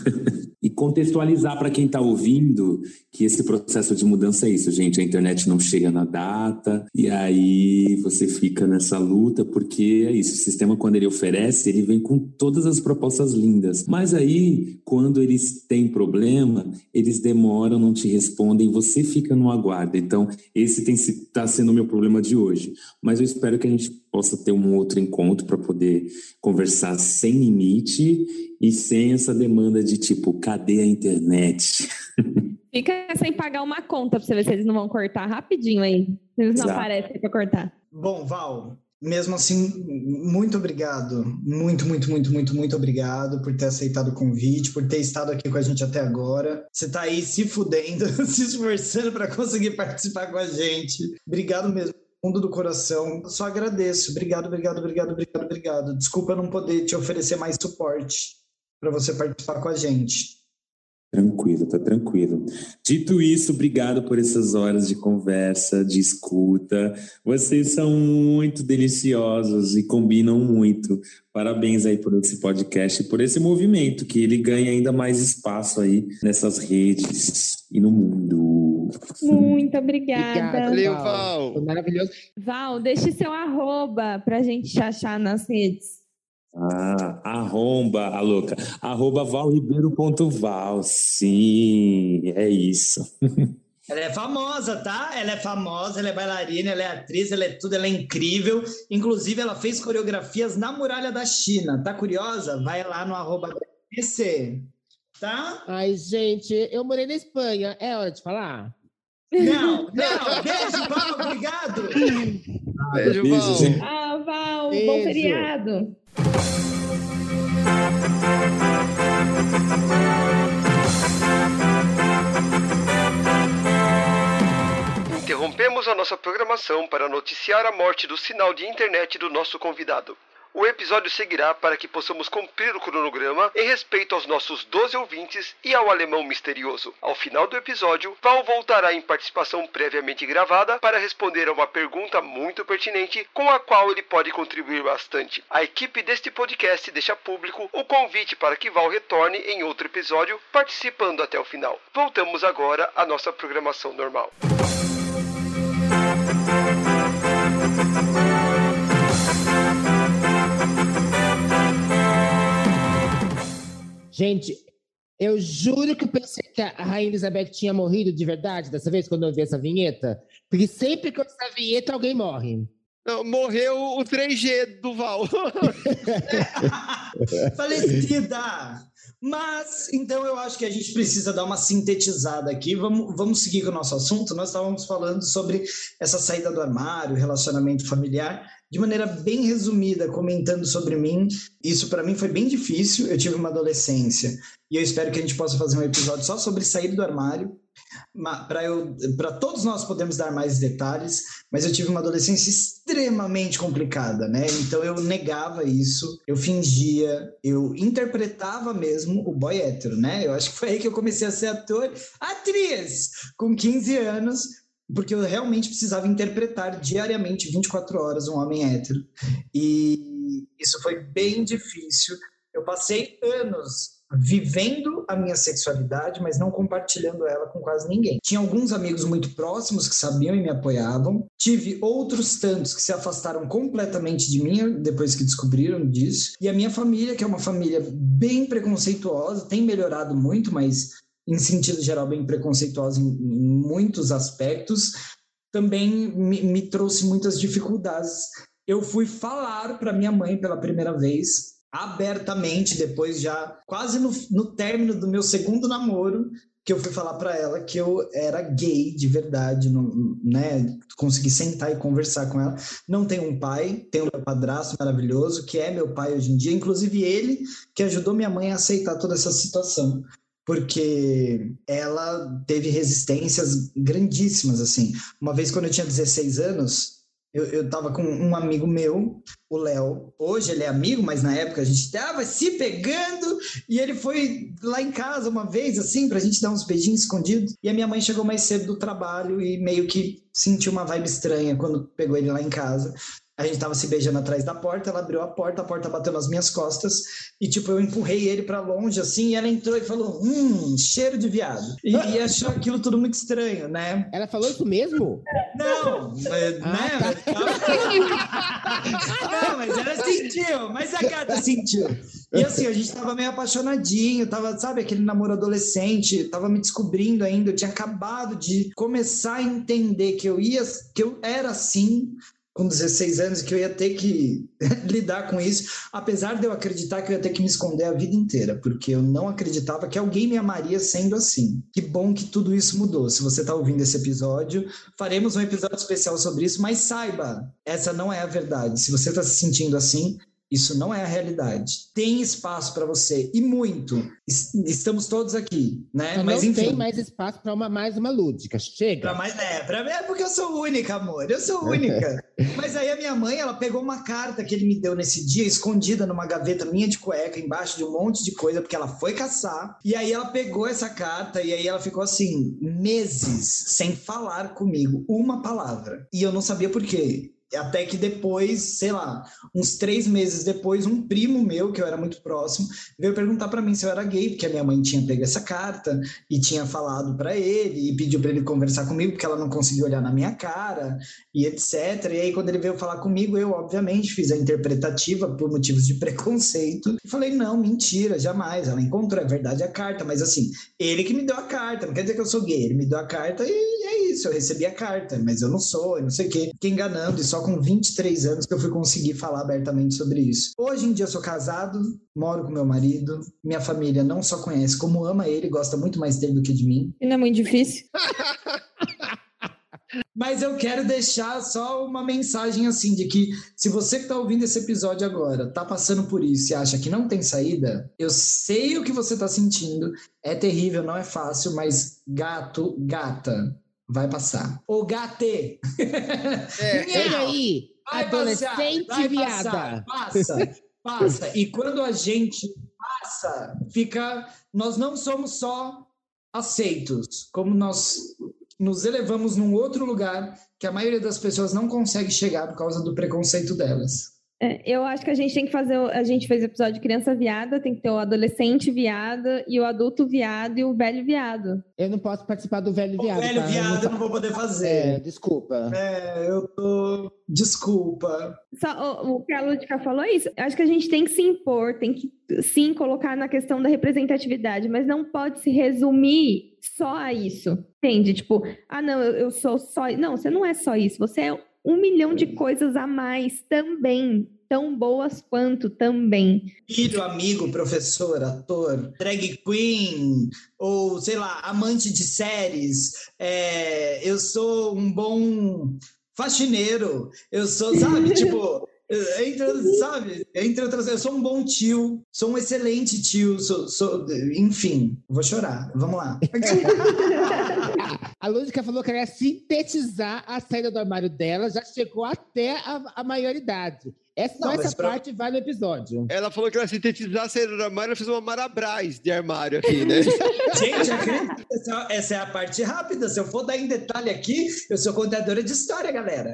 E contextualizar para quem está ouvindo que esse processo de mudança é isso, gente. A internet não chega na data e aí você fica nessa luta porque é isso. O sistema, quando ele oferece, ele vem com todas as propostas lindas. Mas aí, quando eles têm problema, eles demoram, não te respondem, você fica no aguardo. Então, esse está sendo o meu problema de hoje. Mas eu espero que a gente possa ter um outro encontro para poder conversar sem limite e sem essa demanda de tipo, cadê a internet? Fica sem pagar uma conta para você ver se eles não vão cortar rapidinho aí. Eles não Exato. Aparecem para cortar. Bom, Val, mesmo assim, muito obrigado. Muito, muito, muito, muito, muito obrigado por ter aceitado o convite, por ter estado aqui com a gente até agora. Você tá aí se fudendo, se esforçando para conseguir participar com a gente. Obrigado mesmo. Fundo do coração, só agradeço. Obrigado, obrigado, obrigado, obrigado, obrigado. Desculpa não poder te oferecer mais suporte para você participar com a gente. Tranquilo, tá tranquilo. Dito isso, obrigado por essas horas de conversa, de escuta. Vocês são muito deliciosos e combinam muito. Parabéns aí por esse podcast e por esse movimento, que ele ganha ainda mais espaço aí nessas redes e no mundo. Muito obrigada. Obrigada, Valeu, Val. Val. Foi maravilhoso. Val, deixe seu arroba pra gente te achar nas redes. Ah, arromba, a louca. Arroba valribeiro.val. Sim, é isso. Ela é famosa, tá? Ela é famosa, ela é bailarina, ela é atriz, ela é tudo, ela é incrível. Inclusive, ela fez coreografias na Muralha da China. Tá curiosa? Vai lá no arroba B C, tá? Ai, gente, eu morei na Espanha. É hora de falar? Não, não. Beijo, Val. Obrigado. Beijo, Val. Beijo, ah, Val. Beijo. Bom feriado. Voltamos à nossa programação para noticiar a morte do sinal de internet do nosso convidado. O episódio seguirá para que possamos cumprir o cronograma em respeito aos nossos doze ouvintes e ao alemão misterioso. Ao final do episódio, Val voltará em participação previamente gravada para responder a uma pergunta muito pertinente com a qual ele pode contribuir bastante. A equipe deste podcast deixa público o convite para que Val retorne em outro episódio, participando até o final. Voltamos agora à nossa programação normal. Gente, eu juro que eu pensei que a Rainha Elizabeth tinha morrido de verdade dessa vez, quando eu vi essa vinheta. Porque sempre que eu ouço essa vinheta, alguém morre. Não, morreu o três G do Val. Falecida! Mas, então, eu acho que a gente precisa dar uma sintetizada aqui. Vamos, vamos seguir com o nosso assunto. Nós estávamos falando sobre essa saída do armário, relacionamento familiar, de maneira bem resumida, comentando sobre mim. Isso, para mim, foi bem difícil. Eu tive uma adolescência e eu espero que a gente possa fazer um episódio só sobre sair do armário, para todos nós podermos dar mais detalhes, mas eu tive uma adolescência extremamente complicada, né? Então eu negava isso, eu fingia, eu interpretava mesmo o boy hétero, né? Eu acho que foi aí que eu comecei a ser ator, atriz, com quinze anos, porque eu realmente precisava interpretar diariamente, vinte e quatro horas, um homem hétero. E isso foi bem difícil. Eu passei anos vivendo a minha sexualidade, mas não compartilhando ela com quase ninguém. Tinha alguns amigos muito próximos que sabiam e me apoiavam. Tive outros tantos que se afastaram completamente de mim depois que descobriram disso. E a minha família, que é uma família bem preconceituosa, tem melhorado muito, mas em sentido geral bem preconceituosa em, em muitos aspectos, também me, me trouxe muitas dificuldades. Eu fui falar para minha mãe pela primeira vez, abertamente, depois já quase no, no término do meu segundo namoro, que eu fui falar para ela que eu era gay de verdade, não, né? Consegui sentar e conversar com ela. Não tenho um pai, tenho um padrasto maravilhoso, que é meu pai hoje em dia, inclusive ele que ajudou minha mãe a aceitar toda essa situação, porque ela teve resistências grandíssimas, assim. Uma vez, quando eu tinha dezesseis anos, eu, eu tava com um amigo meu, o Léo. Hoje ele é amigo, mas na época a gente tava se pegando, e ele foi lá em casa uma vez, assim, pra gente dar uns beijinhos escondidos, e a minha mãe chegou mais cedo do trabalho e meio que sentiu uma vibe estranha quando pegou ele lá em casa. A gente tava se beijando atrás da porta, ela abriu a porta, a porta bateu nas minhas costas e, tipo, eu empurrei ele pra longe, assim, e ela entrou e falou, hum, cheiro de viado. E, e achou aquilo tudo muito estranho, né? Ela falou isso mesmo? Não, mas, ah, né? Tá. Não, mas ela sentiu, mas a gata sentiu. E assim, a gente tava meio apaixonadinho, tava, sabe, aquele namoro adolescente, tava me descobrindo ainda, eu tinha acabado de começar a entender que eu ia, que eu era assim, com dezesseis anos, que eu ia ter que lidar com isso, apesar de eu acreditar que eu ia ter que me esconder a vida inteira, porque eu não acreditava que alguém me amaria sendo assim. Que bom que tudo isso mudou. Se você está ouvindo esse episódio, faremos um episódio especial sobre isso, mas saiba, essa não é a verdade. Se você está se sentindo assim, isso não é a realidade. Tem espaço para você, e muito. Estamos todos aqui, né? Mas, Mas não enfim, tem mais espaço para uma, mais uma lúdica. Chega. Pra mais, é, pra mim é porque eu sou única, amor. Eu sou única. Mas aí a minha mãe, ela pegou uma carta que ele me deu nesse dia, escondida numa gaveta minha de cueca, embaixo de um monte de coisa, porque ela foi caçar. E aí ela pegou essa carta e aí ela ficou assim, meses sem falar comigo uma palavra. E eu não sabia por quê. Até que depois, sei lá, uns três meses depois, um primo meu, que eu era muito próximo, veio perguntar pra mim se eu era gay, porque a minha mãe tinha pego essa carta e tinha falado pra ele e pediu pra ele conversar comigo, porque ela não conseguia olhar na minha cara e etcétera. E aí, quando ele veio falar comigo, eu, obviamente, fiz a interpretativa por motivos de preconceito e falei, não, mentira, jamais. Ela encontrou, é verdade, a carta, mas assim, ele que me deu a carta, não quer dizer que eu sou gay, ele me deu a carta e é isso, eu recebi a carta, mas eu não sou, eu não sei o quê. Fiquei enganando e só com vinte e três anos que eu fui conseguir falar abertamente sobre isso. Hoje em dia eu sou casado, moro com meu marido, minha família não só conhece, como ama ele, gosta muito mais dele do que de mim. E não é muito difícil? Mas eu quero deixar só uma mensagem assim, de que se você que está ouvindo esse episódio agora, tá passando por isso e acha que não tem saída, eu sei o que você tá sentindo, é terrível, não é fácil, mas gato, gata, vai passar. O gato. É. Olha aí, Vai adolescente passar, vai viada. passar, passa, passa. E quando a gente passa, fica... Nós não somos só aceitos, como nós nos elevamos num outro lugar que a maioria das pessoas não consegue chegar por causa do preconceito delas. É, eu acho que a gente tem que fazer. A gente fez o episódio de criança viada, tem que ter o adolescente viada e o adulto viado e o velho viado. Eu não posso participar do velho O viado. velho tá? viado eu não não vou poder fazer. É, desculpa. É, eu tô... Desculpa. Só, o, o que a Lúdica falou é isso. Acho que a gente tem que se impor, tem que sim colocar na questão da representatividade, mas não pode se resumir só a isso. Entende? Tipo, ah, não, eu, eu sou só. Não, você não é só isso. Você é um milhão de coisas a mais também. Tão boas quanto também. Filho, amigo, professor, ator, drag queen, ou, sei lá, amante de séries. É, eu sou um bom faxineiro. Eu sou, sabe, tipo... Entre, sabe, entre outras, eu sou um bom tio, sou um excelente tio, sou, sou, enfim, vou chorar, vamos lá. A Lúdica falou que ela ia sintetizar a saída do armário dela, já chegou até a, a maioridade. Essa, Não, essa pra... parte vai no episódio. Ela falou que ela sintetizar a saída do armário, ela fez uma Marabras de armário aqui, né? Gente, essa, essa é a parte rápida. Se eu for dar em detalhe aqui, eu sou contadora de história, galera.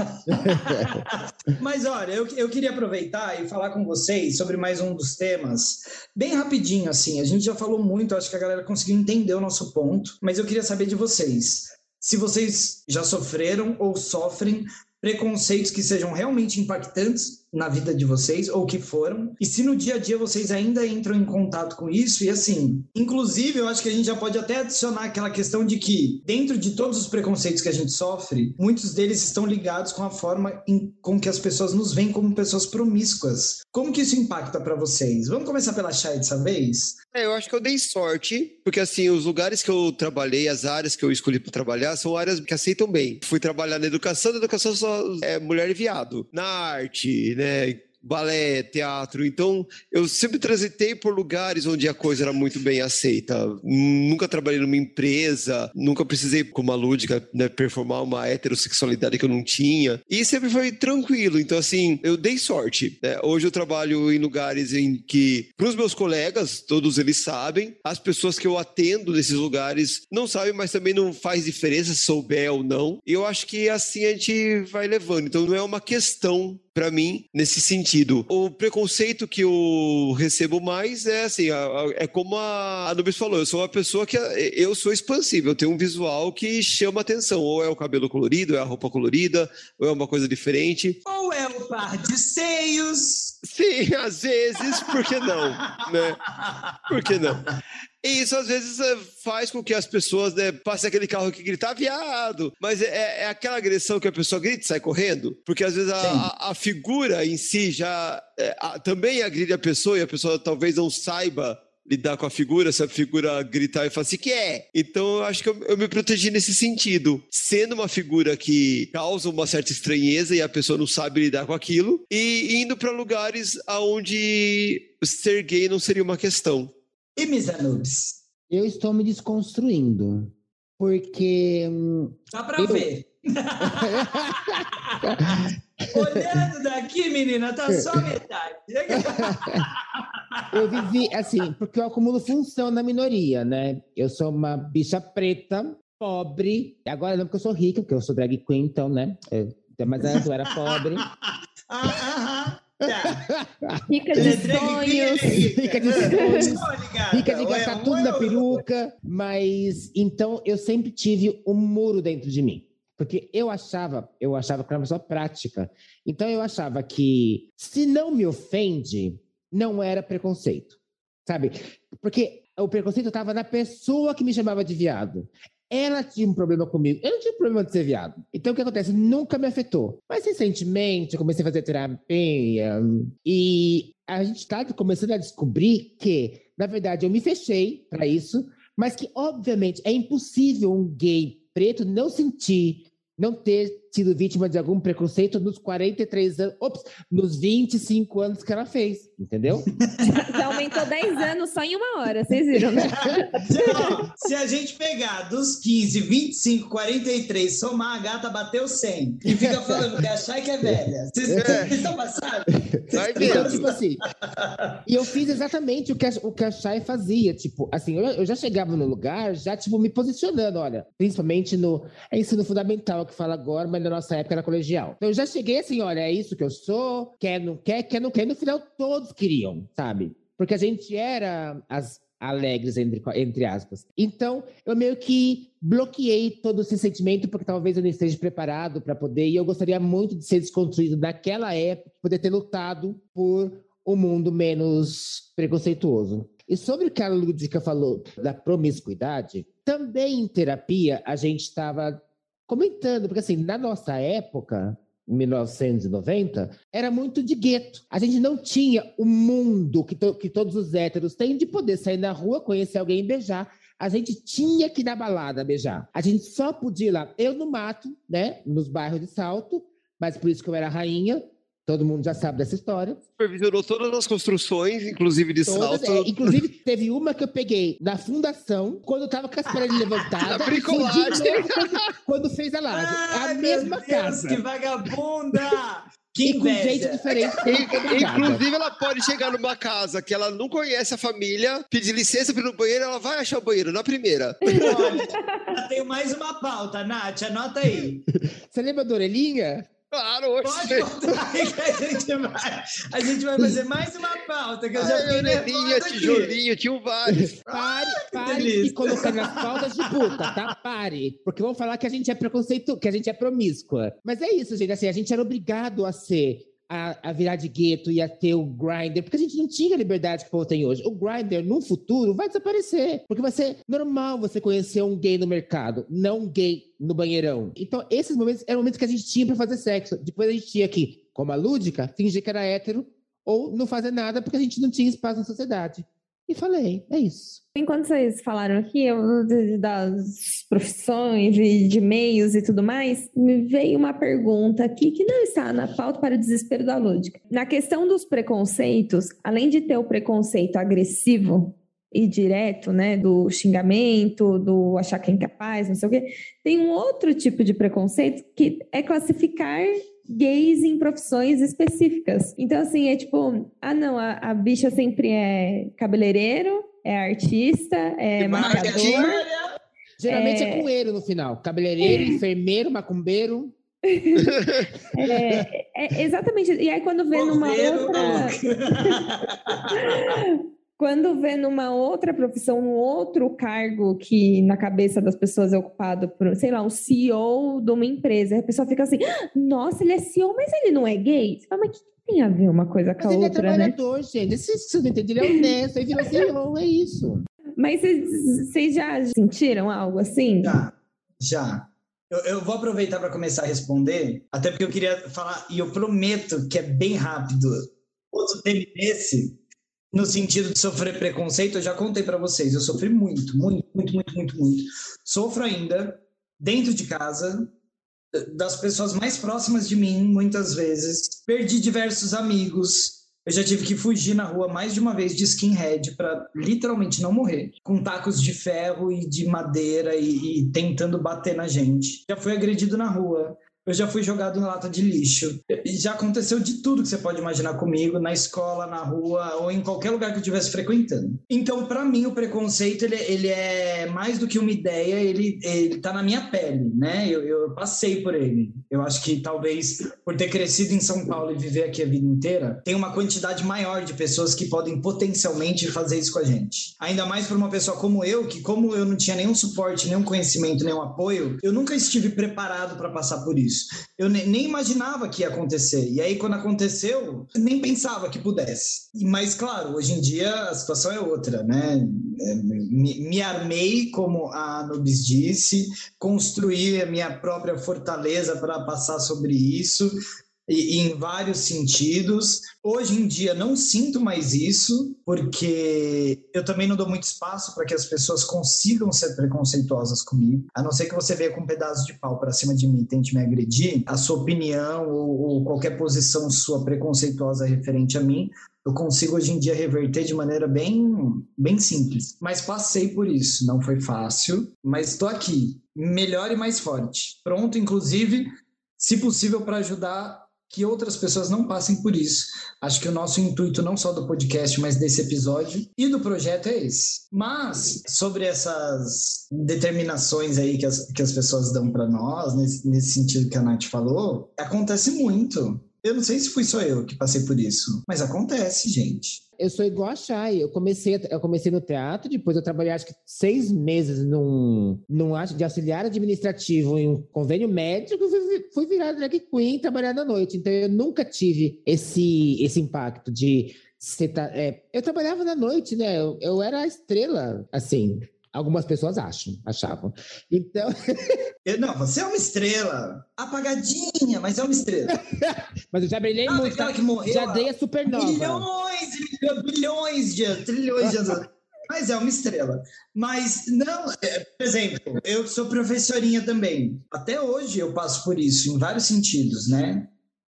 Mas olha, eu, eu queria aproveitar e falar com vocês sobre mais um dos temas. Bem rapidinho, assim. A gente já falou muito, acho que a galera conseguiu entender o nosso ponto. Mas eu queria saber de vocês. Se vocês já sofreram ou sofrem preconceitos que sejam realmente impactantes na vida de vocês, ou que foram, e se no dia a dia vocês ainda entram em contato com isso, e assim, inclusive eu acho que a gente já pode até adicionar aquela questão de que, dentro de todos os preconceitos que a gente sofre, muitos deles estão ligados com a forma em, com que as pessoas nos veem como pessoas promíscuas. Como que isso impacta pra vocês? Vamos começar pela Chay dessa vez? É, eu acho que eu dei sorte, porque assim, os lugares que eu trabalhei, as áreas que eu escolhi para trabalhar, são áreas que aceitam bem. Fui trabalhar na educação, na educação só é mulher e viado. Na arte, né? Balé, teatro, então eu sempre transitei por lugares onde a coisa era muito bem aceita. Nunca trabalhei numa empresa, nunca precisei, como a Lúdica, né, performar uma heterossexualidade que eu não tinha, e sempre foi tranquilo. Então assim, eu dei sorte, né? Hoje eu trabalho em lugares em que, para os meus colegas, todos eles sabem, as pessoas que eu atendo nesses lugares não sabem, mas também não faz diferença se souber ou não, e eu acho que assim a gente vai levando. Então não é uma questão para mim, nesse sentido. O preconceito que eu recebo mais é assim, é como a Anubis falou, eu sou uma pessoa que, eu sou expansível, eu tenho um visual que chama atenção, ou é o cabelo colorido, ou é a roupa colorida, ou é uma coisa diferente. Ou é o par de seios? Sim, às vezes, por que não? Né? Por que não? E isso, às vezes, faz com que as pessoas, né, passem aquele carro que grita, ah, viado. Mas é, é aquela agressão que a pessoa grita e sai correndo. Porque, às vezes, a, a, a figura em si já é, a, também agride a pessoa e a pessoa talvez não saiba lidar com a figura, se a figura gritar e falar assim, que é? Então, eu acho que eu, eu me protegi nesse sentido. Sendo uma figura que causa uma certa estranheza e a pessoa não sabe lidar com aquilo. E indo para lugares onde ser gay não seria uma questão. E Miss Anubis? Eu estou me desconstruindo, porque... Dá pra eu... ver. Olhando daqui, menina, tá só metade. Eu vivi, assim, porque eu acumulo função na minoria, né? Eu sou uma bicha preta, pobre, agora não porque eu sou rica, porque eu sou drag queen, então, né? Eu, mas antes eu era pobre. Aham. Tá. Rica de sonhos. Rica de sonhos. Rica de Ué, gastar um tudo é na outro. peruca. Mas, então, eu sempre tive um muro dentro de mim. Porque eu achava, eu achava que era uma pessoa prática. Então, eu achava que, se não me ofende, não era preconceito. Sabe? Porque o preconceito estava na pessoa que me chamava de viado. Ela tinha um problema comigo. Eu não tinha problema de ser viado. Então, o que acontece? Nunca me afetou. Mas, recentemente, eu comecei a fazer terapia e a gente está começando a descobrir que, na verdade, eu me fechei para isso, mas que, obviamente, é impossível um gay preto não sentir, não ter sido vítima de algum preconceito nos quarenta e três anos, ops, nos vinte e cinco anos que ela fez, entendeu? Já aumentou dez anos só em uma hora, vocês viram, né? Então, se a gente pegar dos quinze, vinte e cinco, quarenta e três, somar, a gata bateu cem e fica falando que a Chay que é velha. Vocês é. estão passados? Vai Então, tipo assim, e eu fiz exatamente o que a, o que a Chay fazia, tipo, assim, eu, eu já chegava no lugar, já, tipo, me posicionando, olha, principalmente no é ensino fundamental que fala agora, mas na nossa época era colegial. Então eu já cheguei assim, olha, é isso que eu sou, quer, não quer, quer, não quer, e no final todos queriam, sabe? Porque a gente era as alegres, entre, entre aspas. Então, eu meio que bloqueei todo esse sentimento, porque talvez eu não esteja preparado para poder, e eu gostaria muito de ser desconstruído naquela época, poder ter lutado por um mundo menos preconceituoso. E sobre o que a Lúdica falou da promiscuidade, também em terapia a gente estava comentando, porque assim, na nossa época, em mil novecentos e noventa, era muito de gueto. A gente não tinha o mundo que, to- que todos os héteros têm de poder sair na rua, conhecer alguém e beijar. A gente tinha que ir na balada beijar. A gente só podia ir lá. Eu no mato, né, nos bairros de Salto, mas por isso que eu era rainha. Todo mundo já sabe dessa história. Supervisionou todas as construções, inclusive de Todas, Salto. é, inclusive, teve uma que eu peguei na fundação, quando eu tava com as paredes levantadas. Na bricolagem. E de novo quando, quando fez a laje. Ai, A mesma meu Deus, casa. que vagabunda! Que E com inveja. jeito diferente. E- Inclusive, ela pode chegar numa casa que ela não conhece a família, pedir licença para ir no banheiro, ela vai achar o banheiro na primeira. Olha, eu tenho mais uma pauta, Nath, anota aí. Você lembra da orelhinha? Claro, Pode hoje. contar aí que a gente vai, a gente vai fazer mais uma pauta, que eu já Ai, fiquei orelhinha, nervosa aqui. tijolinho, tinha vários. Pare, pare delícia. e colocando as pautas de puta, tá? Pare. Porque vão falar que a gente é preconceito, que a gente é promíscua. Mas é isso, gente. Assim, a gente era obrigado a ser, a, a virar de gueto e a ter o Grindr, porque a gente não tinha a liberdade que o povo tem hoje. O Grindr, no futuro, vai desaparecer. Porque vai ser normal você conhecer um gay no mercado, não um gay no banheirão. Então, esses momentos eram momentos que a gente tinha pra fazer sexo. Depois a gente tinha que, como a Lúdica, fingir que era hétero ou não fazer nada porque a gente não tinha espaço na sociedade. E falei, é isso. Enquanto vocês falaram aqui eu, de- das profissões e de meios e tudo mais, me veio uma pergunta aqui que não está na pauta para o desespero da Lúdica. Na questão dos preconceitos, além de ter o preconceito agressivo e direto, né, do xingamento, do achar que é incapaz, não sei o quê, tem um outro tipo de preconceito que é classificar gays em profissões específicas. Então, assim, é tipo, ah, não, a, a bicha sempre é cabeleireiro, é artista, é marketing. maquiador. Geralmente é, É- com eiro no final. Cabeleireiro, enfermeiro, macumbeiro. É, é, exatamente. E aí, quando vê numa Cordeiro, outra... Quando vê numa outra profissão, num outro cargo que na cabeça das pessoas é ocupado por, sei lá, um C E O de uma empresa, a pessoa fica assim, nossa, ele é C E O, mas ele não é gay? Você fala, mas o que tem a ver uma coisa com Mas a ele é outra, né? trabalhador, gente. Esse, vocês não entendem, ele é honesto. Aí virou C E O, é isso. Mas vocês vocês já sentiram algo assim? Já, já. Eu, eu vou aproveitar para começar a responder, até porque eu queria falar, e eu prometo que é bem rápido. Outro tema desse, no sentido de sofrer preconceito, eu já contei para vocês. Eu sofri muito, muito, muito, muito, muito, muito. Sofro ainda, dentro de casa, das pessoas mais próximas de mim, muitas vezes. Perdi diversos amigos. Eu já tive que fugir na rua mais de uma vez de skinhead para literalmente não morrer, com tacos de ferro e de madeira e, e tentando bater na gente. Já fui agredido na rua. Eu já fui jogado em lata de lixo. Já aconteceu de tudo que você pode imaginar comigo, na escola, na rua, ou em qualquer lugar que eu estivesse frequentando. Então, para mim, o preconceito, ele, ele é mais do que uma ideia, ele, ele tá na minha pele, né? Eu, eu passei por ele. Eu acho que talvez, por ter crescido em São Paulo e viver aqui a vida inteira, tem uma quantidade maior de pessoas que podem potencialmente fazer isso com a gente. Ainda mais para uma pessoa como eu, que como eu não tinha nenhum suporte, nenhum conhecimento, nenhum apoio, eu nunca estive preparado para passar por isso. Eu ne- nem imaginava que ia acontecer. E aí, quando aconteceu, nem pensava que pudesse. Mas, claro, hoje em dia a situação é outra, né? É, Me, me armei, como a Anubis disse, construí a minha própria fortaleza para passar sobre isso. e, e em vários sentidos. Hoje em dia não sinto mais isso, porque eu também não dou muito espaço para que as pessoas consigam ser preconceituosas comigo. A não ser que você venha com um pedaço de pau para cima de mim e tente me agredir, a sua opinião ou, ou qualquer posição sua preconceituosa referente a mim, eu consigo hoje em dia reverter de maneira bem, bem simples. Mas passei por isso, não foi fácil, mas estou aqui, melhor e mais forte. Pronto, inclusive, se possível, para ajudar que outras pessoas não passem por isso. Acho que o nosso intuito, não só do podcast, mas desse episódio e do projeto é esse. Mas, sobre essas determinações aí que as, que as pessoas dão para nós, nesse, nesse sentido que a Nath falou, acontece muito. Eu não sei se fui só eu que passei por isso, mas acontece, gente. Eu sou igual a Chay. Eu comecei, eu comecei no teatro, depois eu trabalhei acho que seis meses num, num de auxiliar administrativo em um convênio médico, fui, fui virar drag queen e trabalhar na noite. Então eu nunca tive esse, esse impacto de ser... É, eu trabalhava na noite, né? Eu, eu era a estrela, assim... Algumas pessoas acham, achavam. Então... Eu, não, você é uma estrela. Apagadinha, mas é uma estrela. Mas eu já brilhei ah, muito. Tá? Que morreu, já dei a supernova. Bilhões, bilhões de anos, trilhões de anos. Mas é uma estrela. Mas, não... É, por exemplo, eu sou professorinha também. Até hoje eu passo por isso, em vários sentidos, né?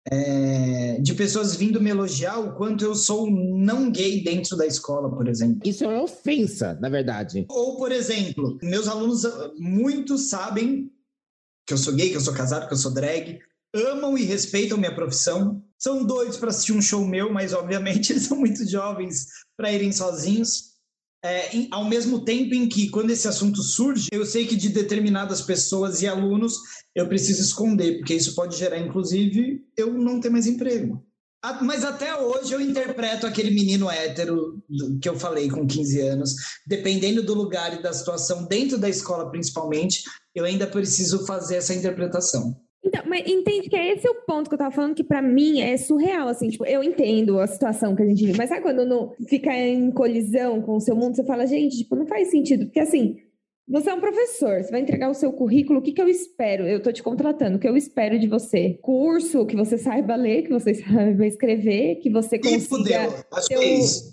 É, de pessoas vindo me elogiar o quanto eu sou não gay dentro da escola, por exemplo. Isso é uma ofensa, na verdade. Ou, por exemplo, meus alunos, muitos sabem que eu sou gay, que eu sou casado, que eu sou drag, amam e respeitam minha profissão, são doidos para assistir um show meu, mas, obviamente, eles são muito jovens para irem sozinhos. É, em, ao mesmo tempo em que, quando esse assunto surge, eu sei que de determinadas pessoas e alunos eu preciso esconder, porque isso pode gerar, inclusive, eu não ter mais emprego. A, mas até hoje eu interpreto aquele menino hétero que eu falei com quinze anos, dependendo do lugar e da situação, dentro da escola principalmente, eu ainda preciso fazer essa interpretação. Então, mas entende que é esse o ponto que eu tava falando, que pra mim é surreal, assim, tipo, eu entendo a situação que a gente vive, mas sabe quando não fica em colisão com o seu mundo, você fala, gente, tipo, não faz sentido, porque assim, você é um professor, você vai entregar o seu currículo, o que que eu espero? Eu tô te contratando, o que eu espero de você? Curso, que você saiba ler, que você saiba escrever, que você consiga... Ih, fudeu, acho seu... que é isso.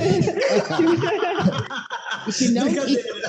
E que não... E,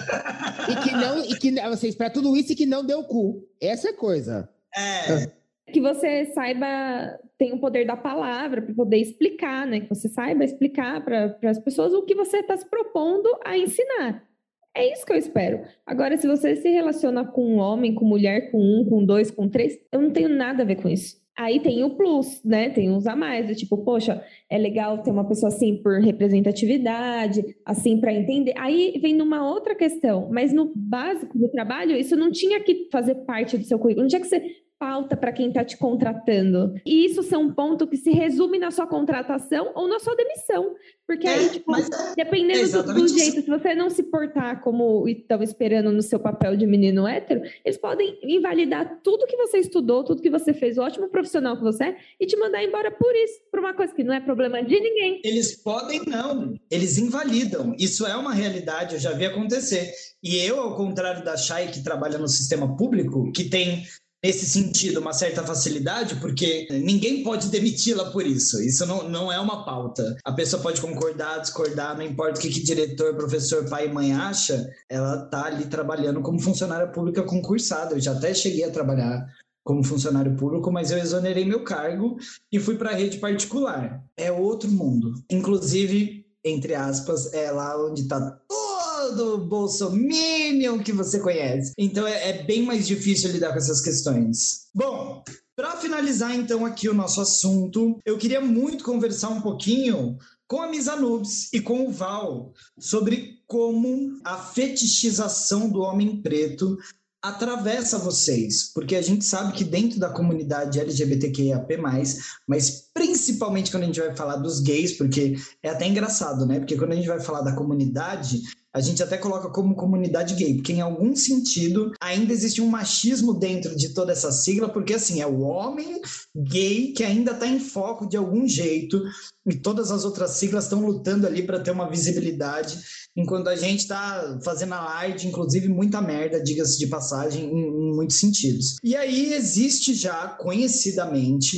e que não... E que você espera tudo isso e que não deu cu. Essa é a coisa. É. Que você saiba, tem o poder da palavra para poder explicar, né? Que você saiba explicar para as pessoas o que você está se propondo a ensinar. É isso que eu espero. Agora, se você se relaciona com um homem, com mulher, com um, com dois, com três, eu não tenho nada a ver com isso. Aí tem o plus, né? Tem uns a mais, do tipo, poxa, é legal ter uma pessoa assim por representatividade, assim para entender. Aí vem numa outra questão, mas no básico do trabalho, isso não tinha que fazer parte do seu currículo, não tinha que ser pauta para quem está te contratando. E isso é um ponto que se resume na sua contratação ou na sua demissão. Porque aí, é, tipo, mas, dependendo é do, do jeito, se você não se portar como estão esperando no seu papel de menino hétero, eles podem invalidar tudo que você estudou, tudo que você fez, o ótimo profissional que você é, e te mandar embora por isso, por uma coisa que não é problema de ninguém. Eles podem não, eles invalidam. Isso é uma realidade, eu já vi acontecer. E eu, ao contrário da Chay, que trabalha no sistema público, que tem... nesse sentido, uma certa facilidade, porque ninguém pode demiti-la por isso. Isso não, não é uma pauta. A pessoa pode concordar, discordar, não importa o que, que diretor, professor, pai e mãe acha, ela tá ali trabalhando como funcionária pública concursada. Eu já até cheguei a trabalhar como funcionário público, mas eu exonerei meu cargo e fui para a rede particular. É outro mundo. Inclusive, entre aspas, é lá onde está todo bolsominion que você conhece. Então é, é bem mais difícil lidar com essas questões. Bom, para finalizar então aqui o nosso assunto, eu queria muito conversar um pouquinho com a Miss Anubis e com o Val sobre como a fetichização do homem preto atravessa vocês, porque a gente sabe que dentro da comunidade L G B T Q I A P mais, mas principalmente quando a gente vai falar dos gays, porque é até engraçado, né? Porque quando a gente vai falar da comunidade, a gente até coloca como comunidade gay, porque em algum sentido ainda existe um machismo dentro de toda essa sigla, porque assim, é o homem gay que ainda está em foco de algum jeito, e todas as outras siglas estão lutando ali para ter uma visibilidade, enquanto a gente está fazendo alarde, inclusive muita merda, diga-se de passagem, em, em muitos sentidos. E aí existe já, conhecidamente,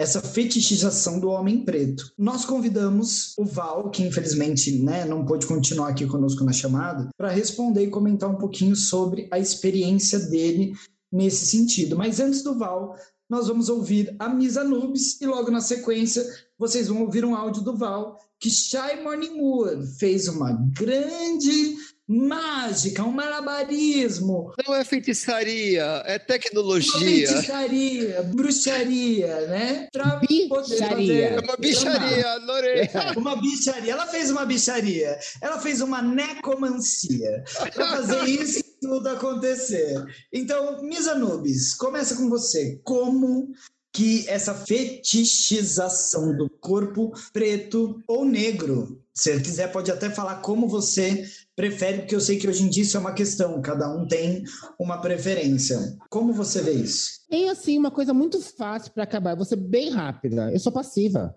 essa fetichização do homem preto. Nós convidamos o Val, que infelizmente, né, não pôde continuar aqui conosco na chamada, para responder e comentar um pouquinho sobre a experiência dele nesse sentido. Mas antes do Val, nós vamos ouvir a Miss Anubis e logo na sequência vocês vão ouvir um áudio do Val que Shy Morningwood fez uma grande mágica, um malabarismo. Não é feitiçaria, é tecnologia. Uma feitiçaria, bruxaria, né? Pra bicharia. É uma bicharia, adorei. Uma bicharia. Ela fez uma bicharia. Ela fez uma necomancia para fazer isso tudo acontecer. Então, Miss Anubis, começa com você. Como que essa fetichização do corpo preto ou negro, se você quiser pode até falar como você prefere, porque eu sei que hoje em dia isso é uma questão, cada um tem uma preferência. Como você vê isso? Tem, assim, uma coisa muito fácil para acabar, eu vou ser bem rápida, eu sou passiva.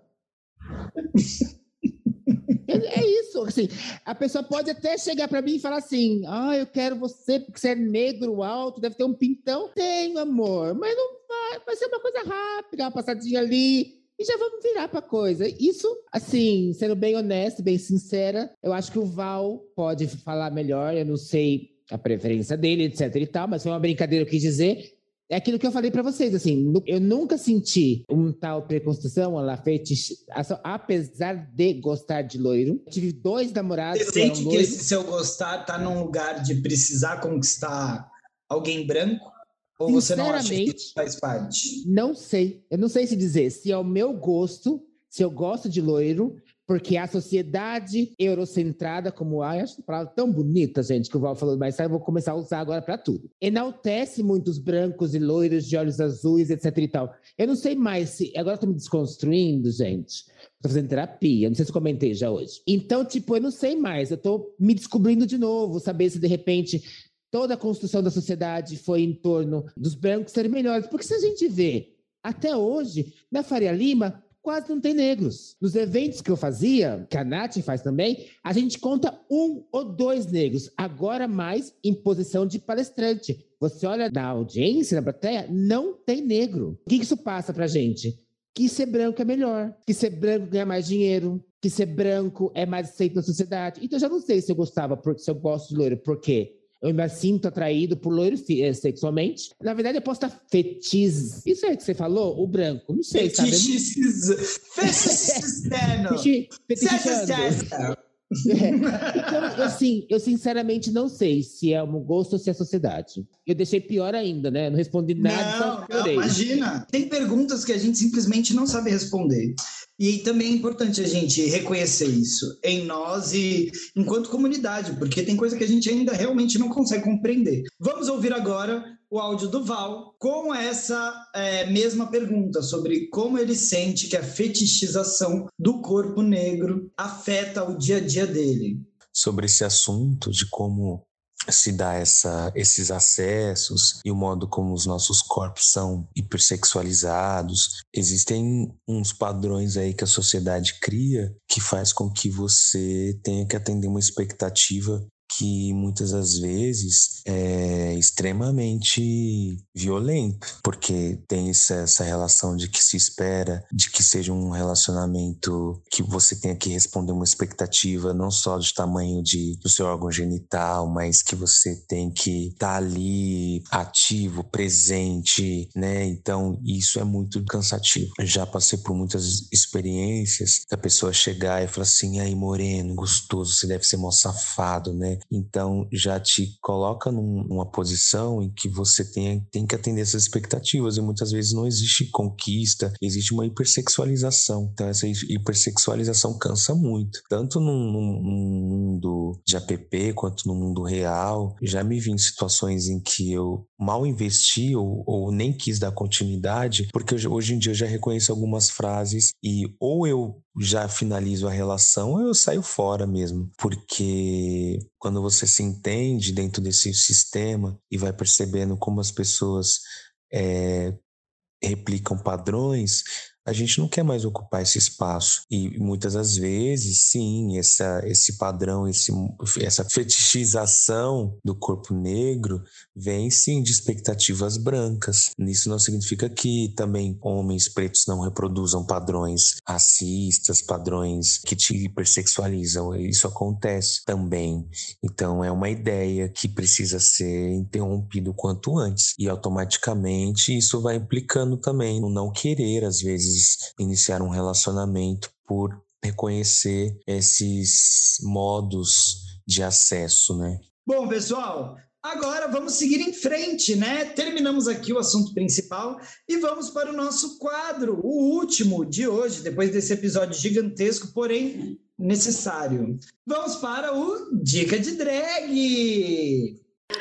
É, é isso, assim, a pessoa pode até chegar para mim e falar assim, ah, eu quero você porque você é negro, alto, deve ter um pintão. Tenho, amor, mas não vai, vai ser uma coisa rápida, uma passadinha ali, e já vamos virar pra coisa. Isso, assim, sendo bem honesta, bem sincera, eu acho que o Val pode falar melhor, eu não sei a preferência dele, etc e tal, mas foi uma brincadeira que eu quis dizer. É aquilo que eu falei pra vocês, assim, eu nunca senti um tal preconstrução, uma fetichização, apesar de gostar de loiro. Eu tive dois namorados Você que eram sente que loiros. esse seu gostar tá num lugar de precisar conquistar alguém branco? Ou você não acha que isso faz parte? Não sei. Eu não sei se dizer se é o meu gosto, se eu gosto de loiro, porque a sociedade eurocentrada, como ah, eu acho uma palavra tão bonita, gente, que o Val falou mais tarde, eu vou começar a usar agora para tudo. Enaltece muitos brancos e loiros de olhos azuis, etc e tal. Eu não sei mais se... Agora eu tô me desconstruindo, gente. Tô fazendo terapia, não sei se eu comentei já hoje. Então, tipo, eu não sei mais. Eu tô me descobrindo de novo, saber se de repente toda a construção da sociedade foi em torno dos brancos serem melhores. Porque se a gente vê, até hoje, na Faria Lima, quase não tem negros. Nos eventos que eu fazia, que a Nath faz também, a gente conta um ou dois negros. Agora mais em posição de palestrante. Você olha na audiência, na plateia, não tem negro. O que isso passa pra gente? Que ser branco é melhor. Que ser branco ganha mais dinheiro. Que ser branco é mais aceito na sociedade. Então eu já não sei se eu gostava, se eu gosto de loiro. Por quê? Eu me sinto atraído por loiro sexualmente. Na verdade, eu posso estar fetiz. Isso aí que você falou? O branco. Não sei, sabe? Fetichizando. Fetichizando. É. Então, assim, eu sinceramente não sei se é um gosto ou se é a sociedade. Eu deixei pior ainda, né? Não respondi nada. Não, não, imagina. Tem perguntas que a gente simplesmente não sabe responder. E também é importante a gente reconhecer isso em nós e enquanto comunidade, porque tem coisa que a gente ainda realmente não consegue compreender. Vamos ouvir agora o áudio do Val com essa é, mesma pergunta sobre como ele sente que a fetichização do corpo negro afeta o dia a dia dele. Sobre esse assunto de como se dá essa, esses acessos e o modo como os nossos corpos são hipersexualizados. Existem uns padrões aí que a sociedade cria que faz com que você tenha que atender uma expectativa que muitas das vezes é extremamente violento, porque tem essa, essa relação de que se espera de que seja um relacionamento que você tenha que responder uma expectativa não só de tamanho de, do seu órgão genital, mas que você tem que estar tá ali ativo, presente, né? Então isso é muito cansativo. Já passei por muitas experiências da pessoa chegar e falar assim, aí moreno, gostoso, você deve ser mó safado, né? Então já te coloca num, numa posição em que você tem, tem que atender essas expectativas e muitas vezes não existe conquista, existe uma hipersexualização. Então essa hipersexualização cansa muito, tanto num, num, num mundo de app quanto no mundo real. Já me vi em situações em que eu mal investi ou, ou nem quis dar continuidade, porque eu, hoje em dia eu já reconheço algumas frases e ou eu já finalizo a relação ou eu saio fora mesmo, porque quando você se entende dentro desse sistema e vai percebendo como as pessoas é, replicam padrões, a gente não quer mais ocupar esse espaço. E muitas das vezes, sim, essa, esse padrão, esse, essa fetichização do corpo negro vem, sim, de expectativas brancas. Isso não significa que também homens pretos não reproduzam padrões racistas, padrões que te hipersexualizam. Isso acontece também. Então, é uma ideia que precisa ser interrompido o quanto antes. E, automaticamente, isso vai implicando também no não querer, às vezes, iniciar um relacionamento por reconhecer esses modos de acesso, né? Bom, pessoal, agora vamos seguir em frente, né? Terminamos aqui o assunto principal e vamos para o nosso quadro, o último de hoje, depois desse episódio gigantesco, porém necessário. Vamos para o Dica de Drag!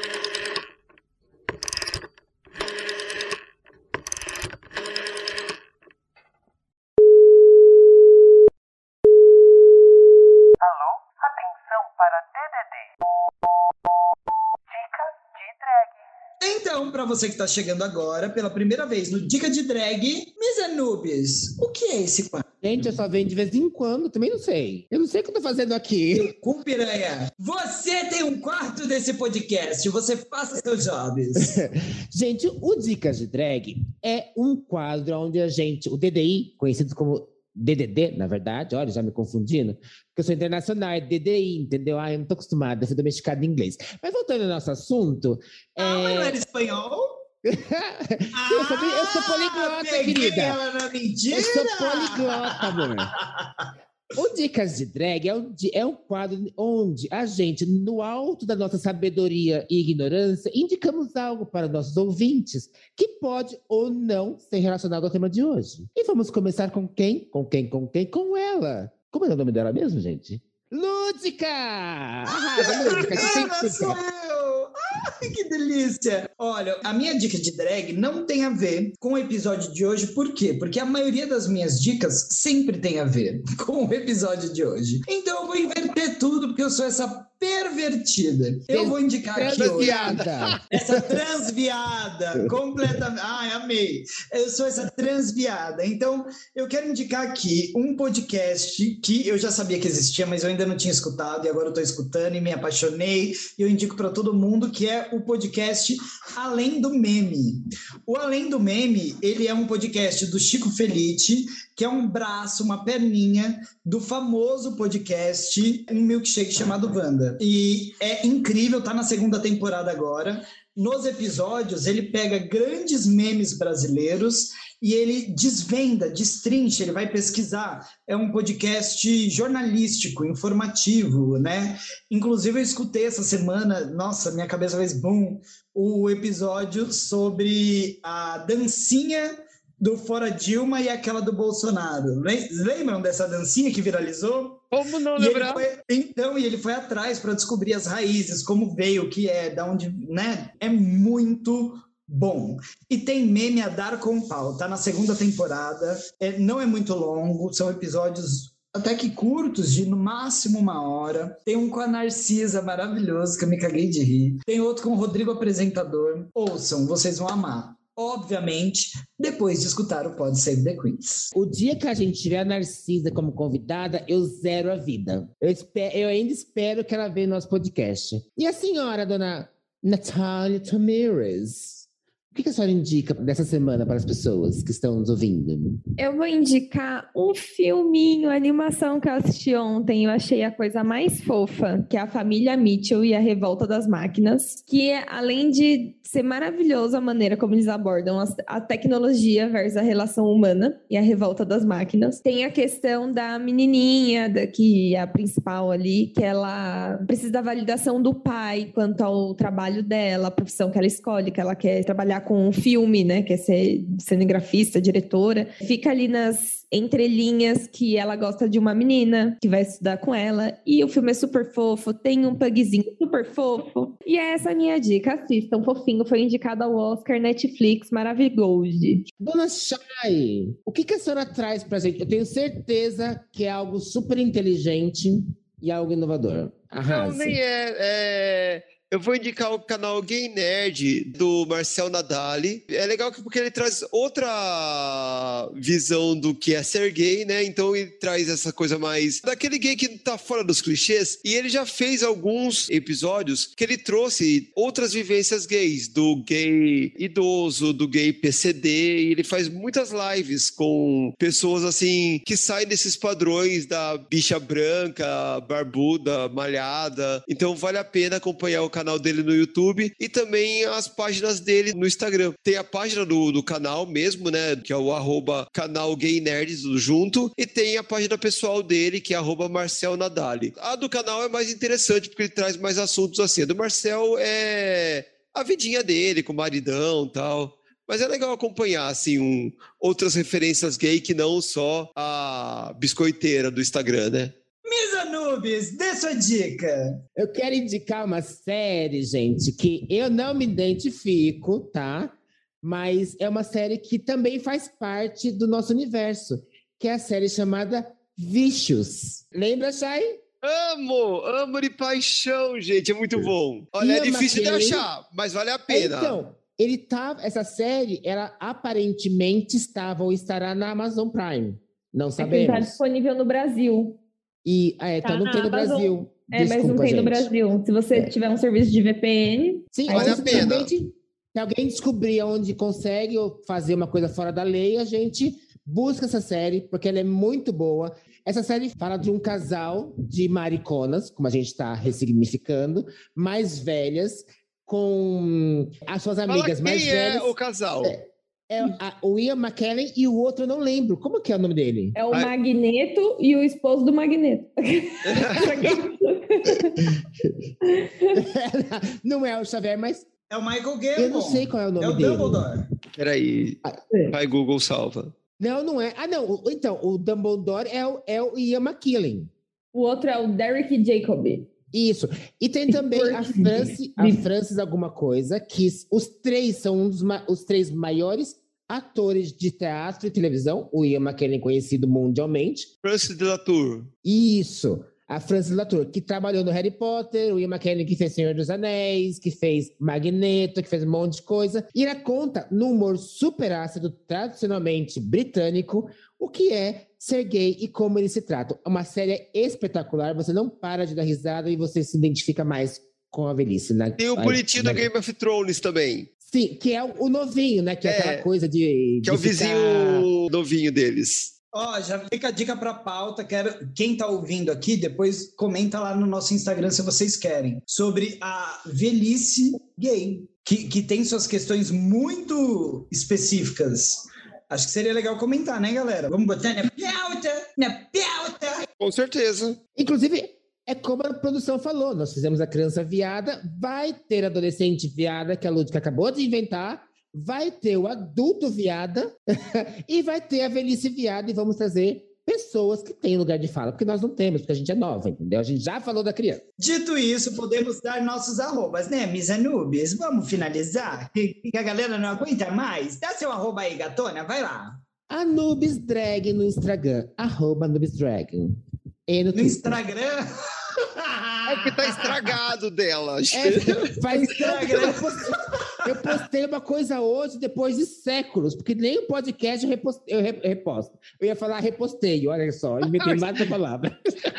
Então, para você que está chegando agora pela primeira vez no Dica de Drag, Miss Anubis, o que é esse quadro? Gente, eu só venho de vez em quando, também não sei. Eu não sei o que eu tô fazendo aqui. Com piranha, você tem um quarto desse podcast, você faça seus jobs. Gente, o Dicas de Drag é um quadro onde a gente, o D D I, conhecido como D D D, na verdade, olha, já me confundindo, porque eu sou internacional, é D D I, entendeu? Ah, eu não tô acostumada a ser domesticada em inglês. Mas voltando ao nosso assunto... Ah, é... mas não era espanhol? ah, eu, sou, eu sou poliglota, querida. Ela na mentira. Eu sou poliglota, amor. O Dicas de Drag é um, é um quadro onde a gente, no alto da nossa sabedoria e ignorância, indicamos algo para nossos ouvintes que pode ou não ser relacionado ao tema de hoje. E vamos começar com quem? Com quem? Com quem? Com ela. Como é o nome dela mesmo, gente? Lúdica! Ah, Lúdica, que sempre sou eu! Ai, que delícia! Olha, a minha dica de drag não tem a ver com o episódio de hoje. Por quê? Porque a maioria das minhas dicas sempre tem a ver com o episódio de hoje. Então eu vou inverter tudo, porque eu sou essa pervertida. Eu vou indicar aqui hoje essa transviada, completamente. Ai, amei. Eu sou essa transviada. Então, eu quero indicar aqui um podcast que eu já sabia que existia, mas eu ainda não tinha escutado, e agora eu tô escutando e me apaixonei, e eu indico para todo mundo, que é o podcast Além do Meme. O Além do Meme, ele é um podcast do Chico Felitti, que é um braço, uma perninha do famoso podcast Um Milkshake chamado Wanda. E é incrível, tá na segunda temporada agora. Nos episódios, ele pega grandes memes brasileiros e ele desvenda, destrincha, ele vai pesquisar. É um podcast jornalístico, informativo, né? Inclusive, eu escutei essa semana, nossa, minha cabeça fez boom, o episódio sobre a dancinha do Fora Dilma e aquela do Bolsonaro. Lembram dessa dancinha que viralizou? Como não lembrar? Foi, então, e ele foi atrás para descobrir as raízes, como veio, o que é, da onde, né? É muito bom. E tem meme a dar com pau. Tá na segunda temporada. É, não é muito longo, são episódios até que curtos, de no máximo uma hora. Tem um com a Narcisa maravilhoso, que eu me caguei de rir. Tem outro com o Rodrigo Apresentador. Ouçam, vocês vão amar. Obviamente, depois de escutar o Pod Save the Queens. O dia que a gente tiver a Narcisa como convidada, eu zero a vida. Eu, espero, eu ainda espero que ela venha no nosso podcast. E a senhora, dona Natália Tamires, o que a senhora indica dessa semana para as pessoas que estão nos ouvindo? Eu vou indicar um filminho, animação que eu assisti ontem. Eu achei a coisa mais fofa, que é a Família Mitchell e a Revolta das Máquinas. Que, além de ser maravilhoso a maneira como eles abordam a, a tecnologia versus a relação humana e a revolta das máquinas, tem a questão da menininha, da, que é a principal ali, que ela precisa da validação do pai quanto ao trabalho dela, a profissão que ela escolhe, que ela quer trabalhar com filme, né, quer ser cinegrafista, diretora. Fica ali nas entrelinhas que ela gosta de uma menina que vai estudar com ela, e o filme é super fofo, tem um pugzinho super fofo, e é essa a minha dica, assistam, fofinho, foi indicado ao Oscar, Netflix, maravilhoso. Dona Chay, o que, que a senhora traz pra gente? Eu tenho certeza que é algo super inteligente e algo inovador. Arrase. Não, nem é, é... Eu vou indicar o canal Gay Nerd do Marcel Nadali. É legal porque ele traz outra visão do que é ser gay, né? Então ele traz essa coisa mais daquele gay que tá fora dos clichês. E ele já fez alguns episódios que ele trouxe outras vivências gays, do gay idoso, do gay P C D. E ele faz muitas lives com pessoas assim que saem desses padrões da bicha branca, barbuda, malhada. Então vale a pena acompanhar o canal dele no YouTube e também as páginas dele no Instagram. Tem a página do, do canal mesmo, né? Que é o arroba canal Gay Nerds, tudo junto. E tem a página pessoal dele, que é arroba Marcel Nadali. A do canal é mais interessante porque ele traz mais assuntos assim. A do Marcel é a vidinha dele com o maridão e tal. Mas é legal acompanhar, assim, um, outras referências gay que não só a biscoiteira do Instagram, né? Miss Anubis, dê sua dica. Eu quero indicar uma série, gente, que eu não me identifico, tá? Mas é uma série que também faz parte do nosso universo, que é a série chamada Vícios. Lembra, Chay? Amo, amo de paixão, gente, é muito bom. Olha, Ian é difícil McKellen, de achar, mas vale a pena. Então, ele tá, essa série, ela aparentemente estava ou estará na Amazon Prime. Não É que sabemos. tá disponível no Brasil. E, é, então Tá não na tem no Amazon. Brasil. É, mas não Desculpa, tem no gente. Brasil. Se você É. tiver um serviço de V P N, Sim, Vale aí, a pena. simplesmente, se alguém descobrir onde consegue fazer uma coisa fora da lei, a gente busca essa série, porque ela é muito boa. Essa série fala de um casal de mariconas, como a gente está ressignificando, mais velhas, com as suas Fala amigas quem mais é velhas. o casal. É, é a, o Ian McKellen e o outro eu não lembro. Como que é o nome dele? é o Ai. Magneto e o esposo do Magneto. Não é o Xavier, mas É o Michael Gambon. eu não sei qual é o nome É o dele. Dumbledore. Peraí, vai Google salva. Não, não é. Ah, não. o- Então, o Dumbledore é o, é o Ian McKellen. O outro é o Derek Jacobi. Isso. E tem também a Francis, a Francis alguma coisa, que os três são um dos ma- os três maiores atores de teatro e televisão. O Ian McKellen conhecido mundialmente. Francis de Latour. Isso. A Francis Latour, que trabalhou no Harry Potter, o Ian McKellen que fez Senhor dos Anéis, que fez Magneto, que fez um monte de coisa. E ela conta, no humor super ácido, tradicionalmente britânico, o que é ser gay e como eles se tratam. É uma série espetacular, você não para de dar risada e você se identifica mais com a velhice. Né? Tem o bonitinho do Game of Thrones também, Sim, que é o, o novinho, né? Que é, É, aquela coisa de. que é o de vizinho ficar- novinho deles. Ó, já fica a dica pra pauta. Quero, quem tá ouvindo aqui, depois comenta lá no nosso Instagram se vocês querem. Sobre a velhice gay, que, que tem suas questões muito específicas. Acho que seria legal comentar, né, galera? Vamos botar na pauta, na pauta. Com certeza. Inclusive, é como a produção falou, nós fizemos a criança viada, vai ter adolescente viada, que a Lúdica acabou de inventar, vai ter o adulto viada e vai ter a velhice viada e vamos trazer pessoas que têm lugar de fala, porque nós não temos, porque a gente é nova, entendeu? A gente já falou da criança. Dito isso, podemos dar nossos arrobas, né, Miss Anubis? Vamos finalizar? Que, que a galera não aguenta mais? Dá seu arroba aí, gatona, vai lá. Anubis Drag no Instagram, arroba Anubis Drag. E no No Twitter. Instagram... É porque tá estragado dela. É, faz tempo que Instagram. eu postei, eu postei uma coisa hoje, depois de séculos, porque nem o podcast eu, repost, eu re- reposto. Eu ia falar reposteio, olha só, inventei mais essa palavra.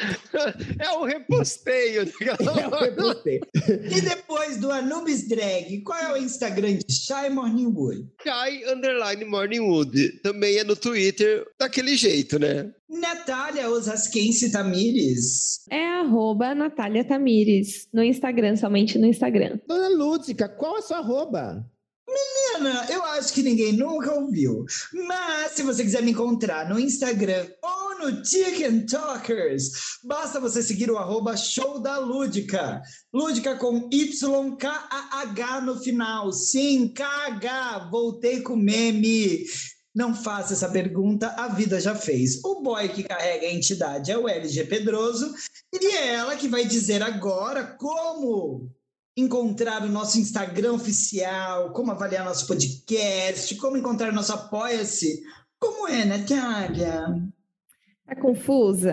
É um reposteio. É o reposteio. E depois do Anubis Drag, qual é o Instagram de Shy Morningwood? Kai Underline Morningwood. Também é no Twitter, daquele jeito, né? Natália Osasquense Tamires. É arroba Natália Tamires. No Instagram, somente no Instagram. Dona Lúdica, qual a sua arroba? Ana, eu acho que ninguém nunca ouviu. Mas se você quiser me encontrar no Instagram ou no Chicken Talkers, basta você seguir o arroba Show da Lúdica. Lúdica com Y K A H no final. Sim, K H. Voltei com meme. Não faça essa pergunta, a vida já fez. O boy que carrega a entidade é o L G Pedroso e é ela que vai dizer agora como encontrar o nosso Instagram oficial, como avaliar nosso podcast, como encontrar o nosso Apoia-se. Como é, Natália? Tá confusa?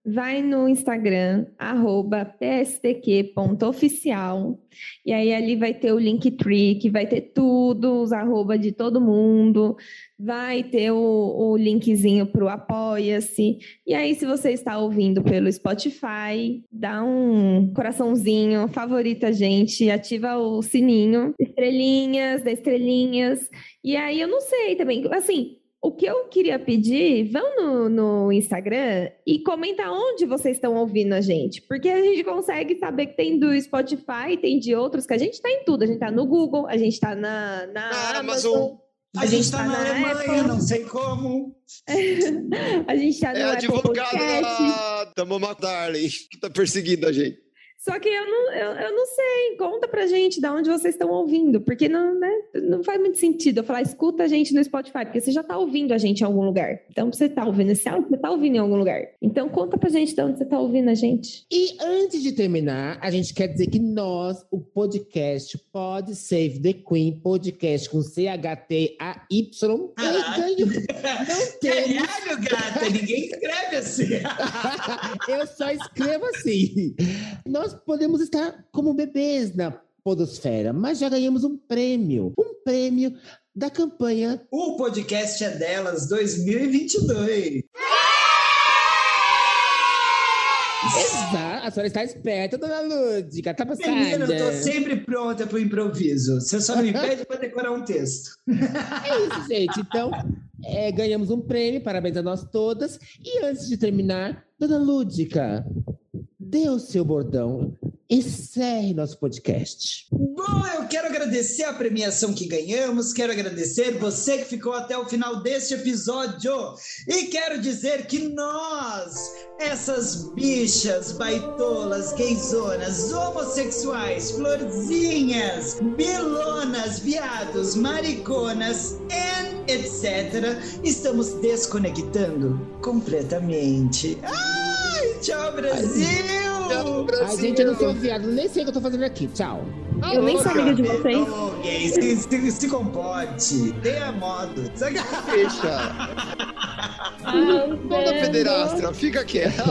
vai no Instagram, arroba p s t q ponto oficial, e aí ali vai ter o Linktree, que vai ter tudo, os arroba de todo mundo, vai ter o, o linkzinho para o Apoia-se, e aí se você está ouvindo pelo Spotify, dá um coraçãozinho, favorita a gente, ativa o sininho, estrelinhas, dá estrelinhas, e aí eu não sei também, assim... O que eu queria pedir, vão no, no Instagram e comenta onde vocês estão ouvindo a gente. Porque a gente consegue saber que tem do Spotify, tem de outros, que a gente está em tudo. A gente está no Google, a gente está na, na, na Amazon. Amazon. A, a gente está tá na, na Alemanha, não sei como. A gente está no É a Apple advogada Podcast. da, da Mama Darling, que está perseguindo a gente. Só que eu não, eu, eu não sei, conta pra gente de onde vocês estão ouvindo, porque não, né, não faz muito sentido eu falar, escuta a gente no Spotify, porque você já tá ouvindo a gente em algum lugar. Então, você tá ouvindo esse áudio, você tá ouvindo em algum lugar. Então, conta pra gente de onde você tá ouvindo a gente. E antes de terminar, a gente quer dizer que nós, o podcast Pod Save the Queen, podcast com C H T A Y, Caralho. não temos... Caralho, gata, ninguém escreve assim. Eu só escrevo assim. Nós podemos estar como bebês na podosfera, mas já ganhamos um prêmio. Um prêmio da campanha... O podcast é delas dois mil e vinte e dois. Exato. A senhora está esperta, dona Lúdica. Tá passada. Menina, eu tô sempre pronta pro improviso. Você só não me pede para decorar um texto. É isso, gente. Então, é, ganhamos um prêmio. Parabéns a nós todas. E antes de terminar, dona Lúdica, dê o seu bordão. Encerre nosso podcast. Bom, eu quero agradecer a premiação que ganhamos, quero agradecer você que ficou até o final deste episódio e quero dizer que nós, essas bichas, baitolas, gayzonas, homossexuais, florzinhas, bilonas, viados, mariconas, e etcétera, estamos desconectando completamente. Ai, tchau, Brasil! Ai, gente, eu não sou viado, nem sei o que eu tô fazendo aqui. Tchau. Eu nem sou amiga de vocês. Oh, gay, se, se, se comporte, tenha modo. Deixa. Toda pederastra, fica quieta.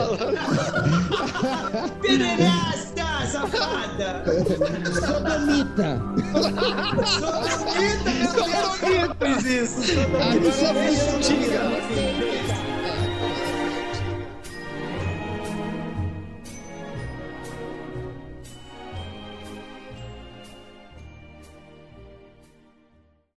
Pederasta, safada. Sodomita. Sodomita, meu Deus. Sodomita. Fiz isso. Sodomita. Agora,